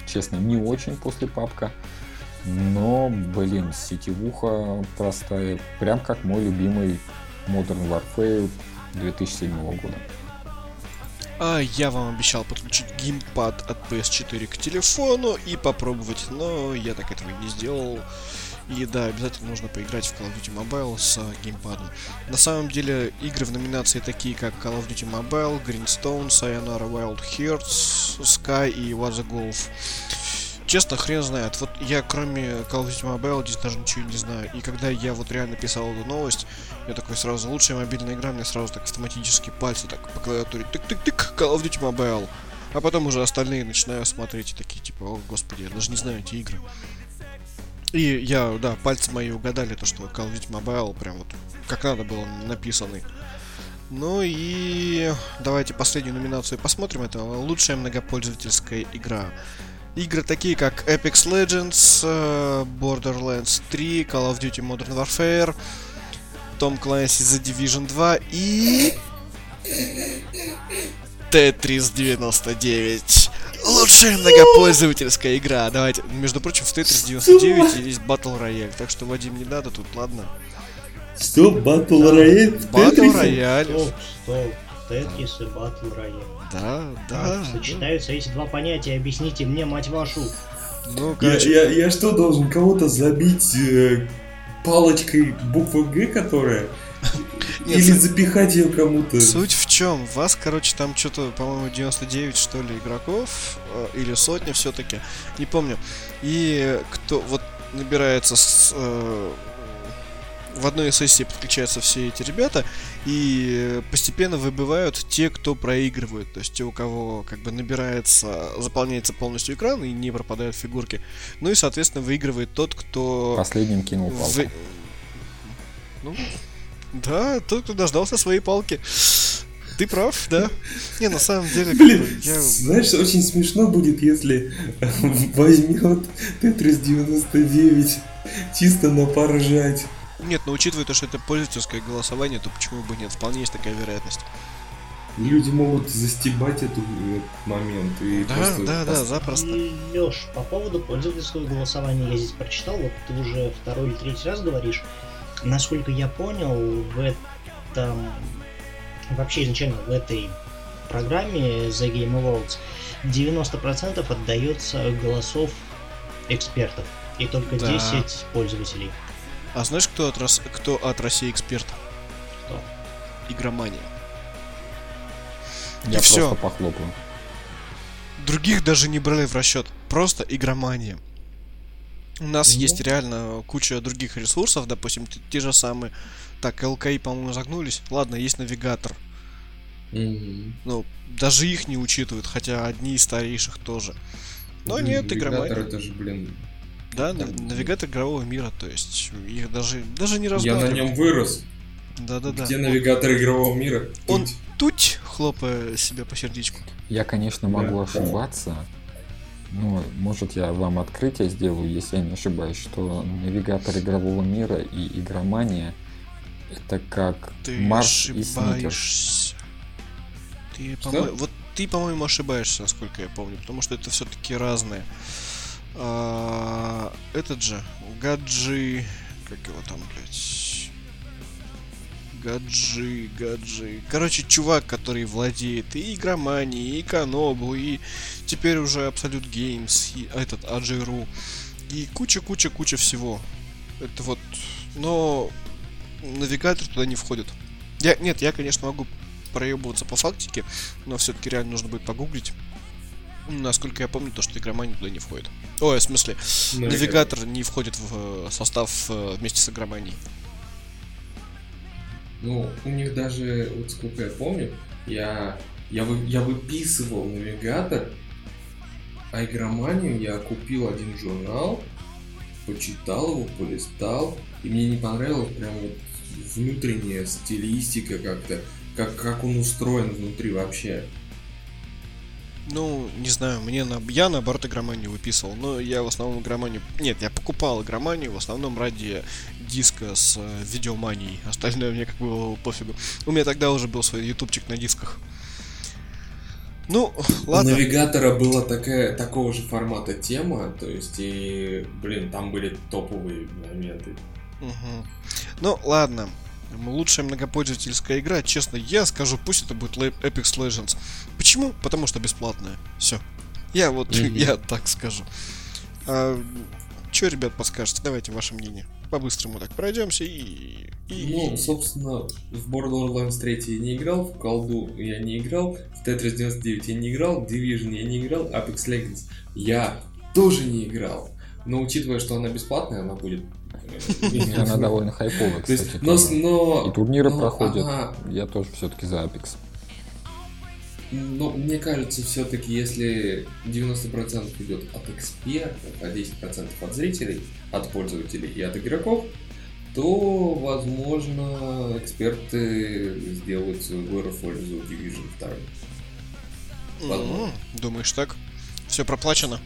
честно, не очень после папка. Но, блин, сетевуха простая. Прям как мой любимый Modern Warfare 2007 года. А я вам обещал подключить геймпад от PS4 к телефону и попробовать, но я так этого и не сделал. И да, обязательно нужно поиграть в Call of Duty Mobile с геймпадом. На самом деле, игры в номинации такие, как Call of Duty Mobile, Greenstone, Sayonara Wild Hearts, Sky и What the Golf. Честно, хрен знает. Вот я кроме Call of Duty Mobile здесь даже ничего не знаю. И когда я вот реально писал эту новость, я такой сразу, лучшая мобильная игра, мне сразу так автоматически пальцы так по клавиатуре тык-тык-тык, Call of Duty Mobile. А потом уже остальные начинаю смотреть и такие типа, о господи, я даже не знаю эти игры. И я, да, пальцы мои угадали то, что Call of Duty Mobile прям вот как надо было написанный. Ну и давайте последнюю номинацию посмотрим. Это лучшая многопользовательская игра. Игры такие как Apex Legends, Borderlands 3, Call of Duty Modern Warfare, Tom Clancy's The Division 2 и Tetris 99. Лучшая многопользовательская игра. Давайте, между прочим, в Tetris 99 есть Battle Royale, так что, Вадим, не надо тут, ладно? Что, Battle Royale? Battle Royale. Стоп. Тетрис и Battle Royale. Да. Сочетаются эти два понятия, объясните мне, мать вашу. Ну, короче, Я что, должен кого-то забить палочкой буквы Г, которая? Нет, Или запихать ее кому-то? суть в чем? Вас, короче, там что-то, по-моему, 99, что ли, игроков, или сотня все-таки, не помню. И кто вот набирается в одной сессии подключаются все эти ребята, и постепенно выбывают те, кто проигрывают. То есть те, у кого как бы заполняется полностью экран и не пропадают фигурки. Ну и, соответственно, выигрывает тот, кто... Последним кинул палку. Ну, да, тот, кто дождался своей палки. Ты прав, да? Не, на самом деле, Блин, я... знаешь, очень смешно будет, если возьмет Tetris 99 чисто на поржать. Нет, но учитывая то, что это пользовательское голосование, то почему бы нет? Вполне есть такая вероятность. Люди могут застебать этот момент и Да, запросто. Лёш, по поводу пользовательского голосования я здесь прочитал, вот ты уже второй или третий раз говоришь. Насколько я понял, в этом... Вообще изначально в этой программе The Game Awards 90% отдается голосов экспертов. И только Да. 10 пользователей. А знаешь, кто от России эксперт? Кто? Игромания. Я всё. просто похлопаю. Других даже не брали в расчет. Просто игромания. У нас Ну. есть реально куча других ресурсов, допустим, те же самые. Так, ЛКИ, по-моему, загнулись. Ладно, есть навигатор. Ну, даже их не учитывают, хотя одни из старейших тоже. Но нет, игромания. Это же, блин, Да, навигатор игрового мира, то есть их даже не я рассматривают. на нем вырос. Да-да-да. Где навигатор игрового мира? Он Тут. туть, хлопая себя по сердечку. Я, конечно, могу Да. ошибаться, но, может, я вам открытие сделаю, если я не ошибаюсь, что навигатор игрового мира и игромания — это как Ты Марс и Сникерс. ошибаешься. Ты, по-моему, ошибаешься, насколько я помню, потому что это все-таки разные. Этот же, Гаджи... Как его там, блядь? Гаджи... Короче, чувак, который владеет и игроманией, и Канобу, и теперь уже Absolute Games, и этот Аджи.ру, и куча всего. Это вот... Но навигатор туда не входит. Я, конечно, могу проебываться по фактике, но все-таки реально нужно будет погуглить. Насколько я помню, то, что игромания туда не входит. Ой, в смысле, навигатор не входит в состав вместе с игроманией. Ну, у них даже, вот сколько я помню, я выписывал навигатор, а игроманию я купил один журнал, почитал его, полистал, и мне не понравилась прям вот внутренняя стилистика как-то, как он устроен внутри вообще. Ну, не знаю, я наоборот игроманию выписывал, но я в основном игроманию... Нет, я покупал игроманию в основном ради диска с видеоманией. Остальное мне как бы было пофигу. У меня тогда уже был свой ютубчик на дисках. Ну, У ладно. Навигатора была такого же формата тема, то есть, и, там были топовые моменты. Мгм. Ну, ладно. Лучшая многопользовательская игра, честно, я скажу, пусть это будет Apex Legends. Почему? Потому что бесплатная. Все. Я я так скажу. Че, ребят, подскажете? Давайте ваше мнение. По-быстрому так пройдемся Ну, собственно, в Borderlands 3 я не играл, в колду я не играл, в Tetris 99 я не играл, в Division я не играл, Apex Legends я тоже не играл. Но учитывая, что она бесплатная, она будет... Она довольно хайповая, То есть, кстати. но- И турниры но проходят. она- Я тоже все-таки за Apex. Но мне кажется, все-таки, если 90% идет от экспертов, а 10% от зрителей, от пользователей и от игроков, то, возможно, эксперты сделают свой выбор в пользу Division 2. Возможно. Думаешь так? Все проплачено?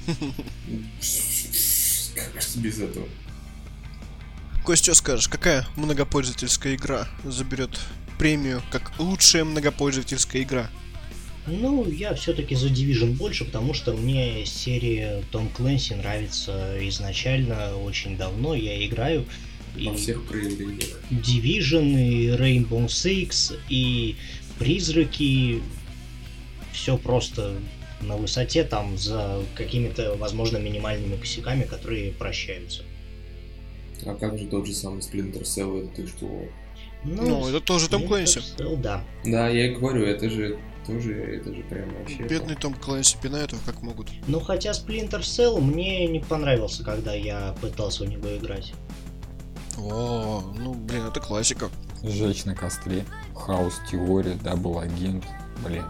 Как же без этого? Кость, что скажешь? Какая многопользовательская игра заберет премию как лучшая многопользовательская игра? Ну, я все-таки за Division больше, потому что мне серия Том Клэнси нравится изначально, очень давно, я играю. Во всех проявлениях. Division, и Rainbow Six, и Призраки, все просто на высоте, там, за какими-то, возможно, минимальными косяками, которые прощаются. А как же тот же самый Splinter Cell, это ты что? Ну, это тоже Том Клэнси. Да. Да, я и говорю, это же прям вообще... Бедный Том Клэнси пинает его как могут. Ну, хотя Splinter Cell мне не понравился, когда я пытался в него играть. О, ну, блин, это классика. Сжечь на костре, Хаос Теория, Дабл Агент, блин.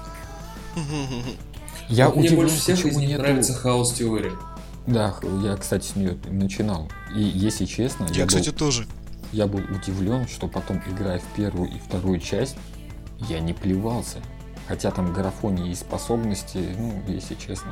Я Мне удивлен, больше всех из почему них нету... нравится Хаос Теория. Да, я, кстати, с нее начинал. И, если честно, Я, кстати, тоже. я был удивлен, что потом, играя в первую и вторую часть, я не плевался. Хотя там графоний и способности, ну, если честно.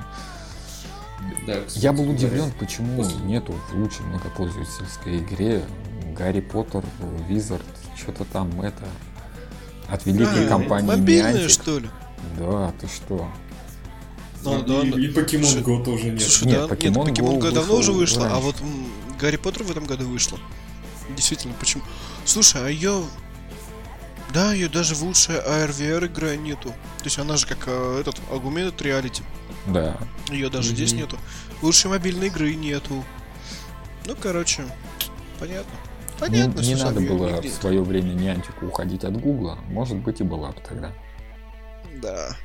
Да, Я был кстати, удивлен, почему после- нету в лучшей многопользовательской игре Гарри Поттер, Визард, что-то там это... От великой компании мобильные, Niantic. что ли? Да, ты что? Ну, да, и Pokemon Слушай, Go тоже нет. Слушай, Нет, да, Pokemon Go Go давно вышел уже вышло, а раньше. вот Гарри Поттер в этом году вышло. Действительно, почему? Слушай, а ее... Да, ее даже в лучшей AR-VR игре нету. То есть она же как этот Augmented Reality. Да. Ее даже здесь нету. Лучшей мобильной игры нету. Ну, короче, понятно. Понятно, Не всё надо сам было её в свое время Niantic уходить от Гугла. Может быть, и была бы тогда. Да.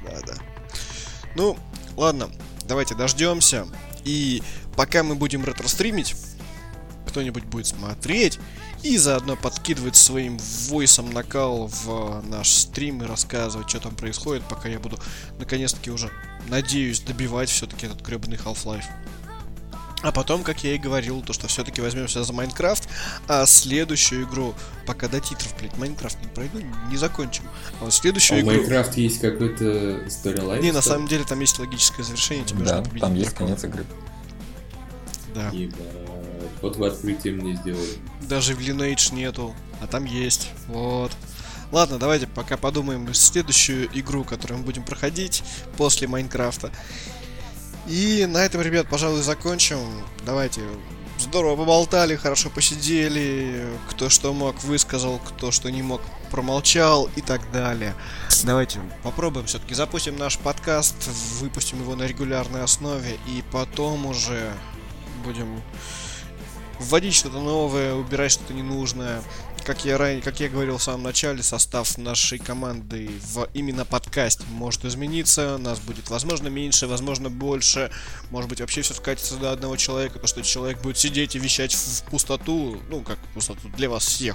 Ну, ладно, давайте дождемся. И пока мы будем ретро-стримить, кто-нибудь будет смотреть и заодно подкидывать своим войсом накал в наш стрим и рассказывать, что там происходит, пока я буду наконец-таки уже, надеюсь, добивать все-таки этот гребаный Half-Life. А потом, как я и говорил, то что все-таки возьмемся за Майнкрафт, а следующую игру, пока до титров, блядь, Майнкрафт не пройду, не закончим. А вот А следующую в игру... Майнкрафт есть какой-то сторилайн? Не, на самом деле там есть логическое завершение, тебе Да, нужно победить там есть дракона. конец игры. Да. Ебать. Вот вы открытие мне сделали. Даже в Lineage нету, а там есть. Вот. Ладно, давайте пока подумаем следующую игру, которую мы будем проходить после Майнкрафта. И на этом, ребят, пожалуй, закончим. Давайте. Здорово поболтали, хорошо посидели. Кто что мог, высказал, кто что не мог, промолчал и так далее. Давайте попробуем все-таки запустим наш подкаст, выпустим его на регулярной основе и потом уже будем вводить что-то новое, убирать что-то ненужное. Как я говорил в самом начале, состав нашей команды в именно подкасте может измениться. Нас будет, возможно, меньше, возможно, больше. Может быть, вообще все скатится до одного человека, потому что человек будет сидеть и вещать в пустоту. Ну, как в пустоту, для вас всех.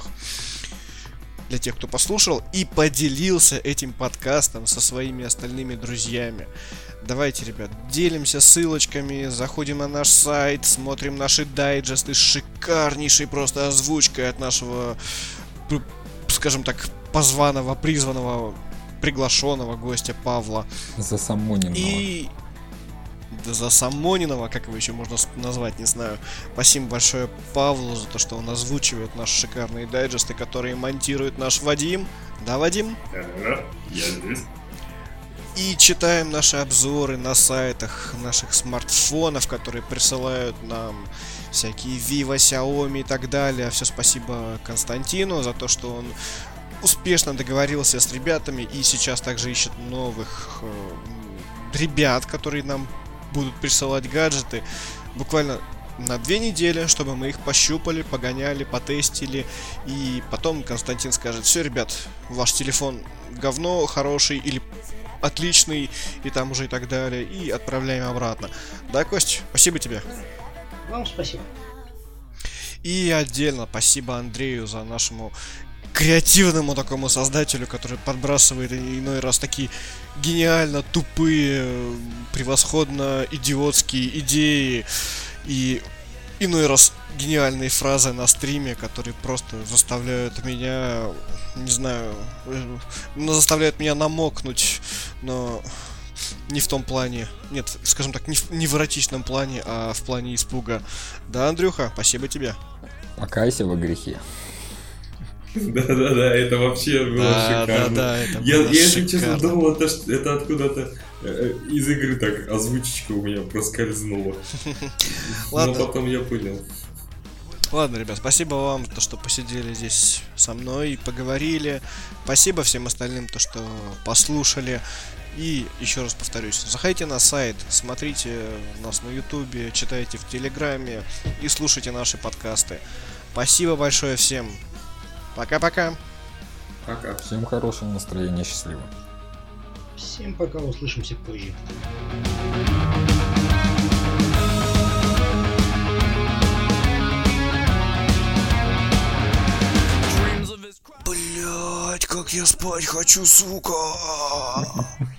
Для тех, кто послушал и поделился этим подкастом со своими остальными друзьями. Давайте, ребят, делимся ссылочками, заходим на наш сайт, смотрим наши дайджесты с шикарнейшей просто озвучкой от нашего, скажем так, позваного, призванного, приглашенного гостя Павла. Засамоненного. И... Да засамоненного, как его еще можно назвать, не знаю. Спасибо большое Павлу за то, что он озвучивает наши шикарные дайджесты, которые монтирует наш Вадим. Да, Вадим? Я здесь. И читаем наши обзоры на сайтах наших смартфонов, которые присылают нам всякие Vivo, Xiaomi и так далее. Все спасибо Константину за то, что он успешно договорился с ребятами и сейчас также ищет новых ребят, которые нам будут присылать гаджеты буквально на 2 недели, чтобы мы их пощупали, погоняли, потестили. И потом Константин скажет: все, ребят, ваш телефон говно, хороший или отличный, и там уже и так далее. И отправляем обратно. Да, Кость, спасибо тебе. Вам спасибо. И отдельно спасибо Андрею за нашему креативному такому создателю, который подбрасывает иной раз такие гениально тупые, превосходно идиотские идеи и иной раз гениальные фразы на стриме, которые просто заставляют меня, не знаю, заставляют меня намокнуть, но не в том плане, нет, скажем так, не в эротичном плане, а в плане испуга. Да, Андрюха, спасибо тебе. Покайся во грехе. Да-да-да, это вообще было шикарно. Да, это Я, было если честно, шикарно. думал, это откуда-то из игры так озвучечка у меня проскользнула. Но Ладно. потом я понял. Ладно, ребят, спасибо вам, то, что посидели здесь со мной и поговорили. Спасибо всем остальным, то, что послушали. И еще раз повторюсь, заходите на сайт, смотрите нас на ютубе, читайте в телеграме и слушайте наши подкасты. Спасибо большое всем. Пока-пока. Пока. Всем хорошего настроения, счастливо. Всем пока, услышимся позже. Блять, как я спать хочу, сука!